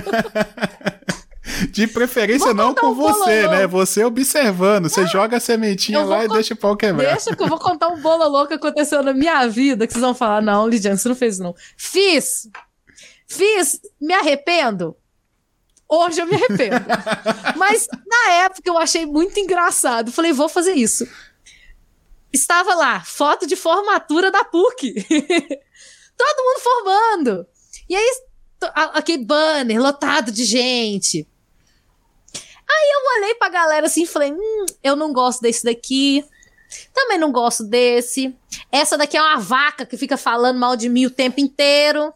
De preferência não com um você, bololô. Né? Você observando. Você ah, joga a sementinha lá e deixa o pau quebrar. Deixa que eu vou contar um bololô que aconteceu na minha vida, que vocês vão falar, não, Lidiane, você não fez isso não. Fiz. Fiz. Me arrependo? Hoje eu me arrependo. Mas na época eu achei muito engraçado. Falei, vou fazer isso. Estava lá, foto de formatura da P U C. Todo mundo formando. E aí, aquele banner lotado de gente. Aí eu olhei pra galera assim e falei, hum, eu não gosto desse daqui, também não gosto desse. Essa daqui é uma vaca que fica falando mal de mim o tempo inteiro.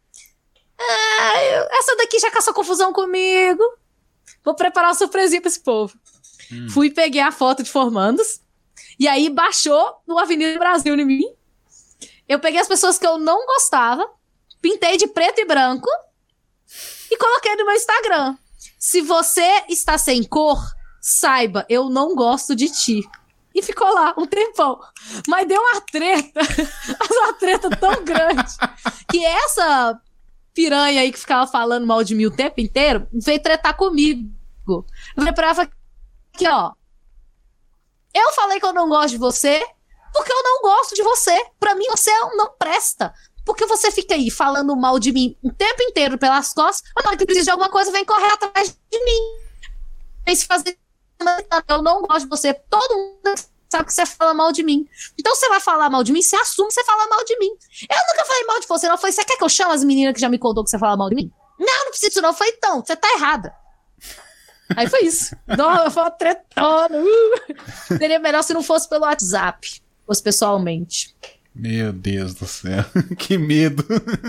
É, essa daqui já caçou confusão comigo. Vou preparar uma surpresinha pra esse povo. Hum. Fui, peguei a foto de formandos. E aí baixou no Avenida Brasil em mim. Eu peguei as pessoas que eu não gostava, pintei de preto e branco e coloquei no meu Instagram. Se você está sem cor, saiba, eu não gosto de ti. E ficou lá um tempão. Mas deu uma treta, uma treta tão grande, que essa piranha aí que ficava falando mal de mim o tempo inteiro veio tretar comigo. Eu falei pra ela aqui, ó. Eu falei que eu não gosto de você porque eu não gosto de você. Pra mim, você não presta. Porque você fica aí falando mal de mim o tempo inteiro pelas costas. Mas na hora que precisa de alguma coisa, vem correr atrás de mim. Vem se fazer. Eu não gosto de você. Todo mundo sabe que você fala mal de mim. Então, você vai falar mal de mim, você assume que você fala mal de mim. Eu nunca falei mal de você, não. Eu falei, você quer que eu chame as meninas que já me contou que você fala mal de mim? Não, não precisa disso, não. Eu falei, então, você tá errada. Aí foi isso. Não, foi uma tretona. Uh. Seria melhor se não fosse pelo WhatsApp. Fosse pessoalmente. Meu Deus do céu. Que medo.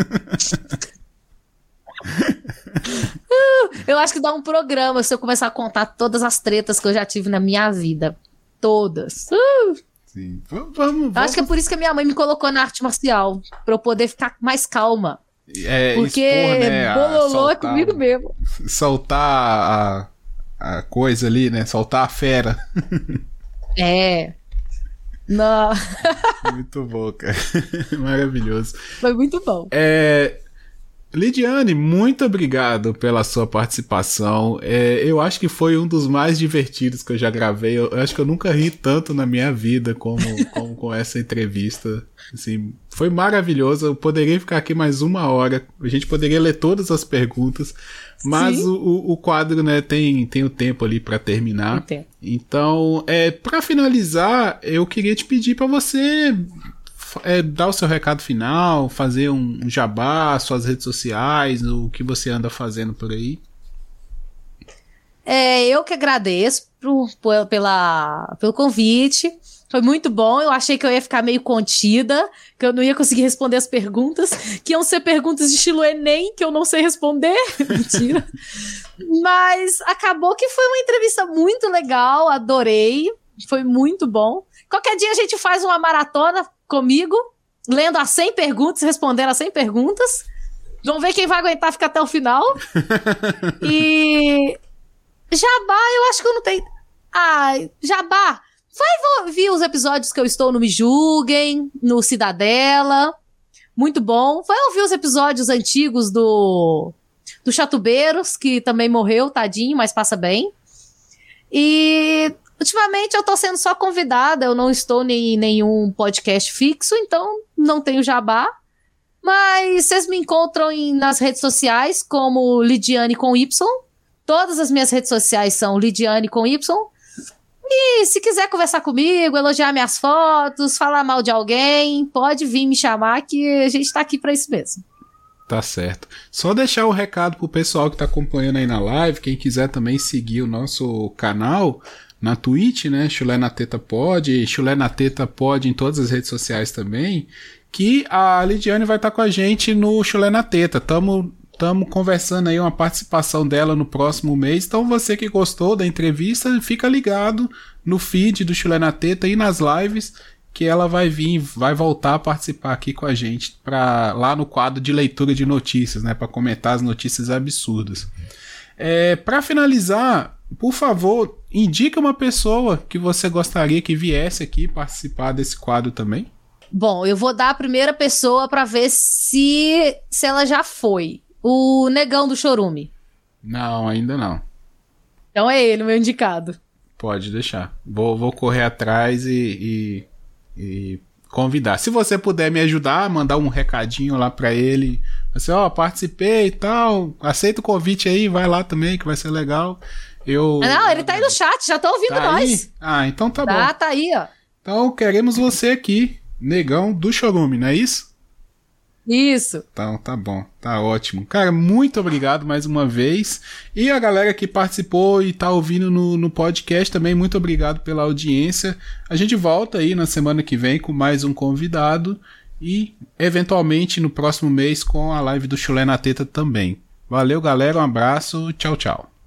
uh, eu acho que dá um programa se eu começar a contar todas as tretas que eu já tive na minha vida. Todas. Uh. Sim. Vamos, vamos. Acho que é por isso que a minha mãe me colocou na arte marcial. Pra eu poder ficar mais calma. É, porque expor, né, bololô é comigo mesmo. Soltar a, a coisa ali, né? Soltar a fera. É. Não. Muito bom, cara. Maravilhoso. Foi muito bom. É, Lidiane, muito obrigado pela sua participação. É, eu acho que foi um dos mais divertidos que eu já gravei. Eu, eu acho que eu nunca ri tanto na minha vida como, como com essa entrevista. Assim, foi maravilhoso. Eu poderia ficar aqui mais uma hora. A gente poderia ler todas as perguntas. Mas o, o, o quadro, né, tem, tem o tempo ali para terminar. Entendo. Então, é, para finalizar, eu queria te pedir para você... É, dar o seu recado final, fazer um, um jabá, suas redes sociais, o que você anda fazendo por aí. É, eu que agradeço pro, por, pela, pelo convite. Foi muito bom. Eu achei que eu ia ficar meio contida, que eu não ia conseguir responder as perguntas, que iam ser perguntas de estilo Enem, que eu não sei responder. Mentira. Mas acabou que foi uma entrevista muito legal, adorei. Foi muito bom. Qualquer dia a gente faz uma maratona comigo, lendo as cem perguntas, respondendo as cem perguntas. Vamos ver quem vai aguentar ficar até o final. E... Jabá, eu acho que eu não tenho... Ah, Jabá, vai ouvir os episódios que eu estou no Me Julguem, no Cidadela. Muito bom. Vai ouvir os episódios antigos do... do Chatubeiros, que também morreu, tadinho, mas passa bem. E... ultimamente eu tô sendo só convidada, eu não estou em nenhum podcast fixo, então não tenho jabá. Mas vocês me encontram em, nas redes sociais como Lidiane com Y. Todas as minhas redes sociais são Lidiane com Y. E se quiser conversar comigo, elogiar minhas fotos, falar mal de alguém, pode vir me chamar que a gente tá aqui pra isso mesmo. Tá certo. Só deixar o recado pro pessoal que tá acompanhando aí na live, quem quiser também seguir o nosso canal... na Twitch, né, Chulé na Teta Pod, Chulé na Teta Pod em todas as redes sociais também, que a Lidiane vai estar com a gente no Chulé na Teta. Tamo, tamo conversando aí uma participação dela no próximo mês, então você que gostou da entrevista, fica ligado no feed do Chulé na Teta e nas lives, que ela vai vir, vai voltar a participar aqui com a gente, pra, lá no quadro de leitura de notícias, né, para comentar as notícias absurdas. É, para finalizar, por favor, indica uma pessoa que você gostaria que viesse aqui participar desse quadro também. Bom, eu vou dar a primeira pessoa pra ver se, se ela já foi. O Negão do Chorume. Não, ainda não. Então é ele, o meu indicado. Pode deixar. Vou, vou correr atrás e, e, e convidar. Se você puder me ajudar, mandar um recadinho lá pra ele. Assim, ó, participei e tal. Aceita o convite aí, vai lá também, que vai ser legal. Eu... Não, ele tá aí no chat, já tô ouvindo tá nós. Aí? Ah, então tá, tá bom. Tá, tá aí, ó. Então queremos você aqui, Negão do Chorume, não é isso? Isso. Então, tá bom, tá ótimo. Cara, muito obrigado mais uma vez. E a galera que participou e tá ouvindo no, no podcast também, muito obrigado pela audiência. A gente volta aí na semana que vem com mais um convidado e, eventualmente, no próximo mês com a live do Chulé na Teta também. Valeu, galera, um abraço, tchau, tchau.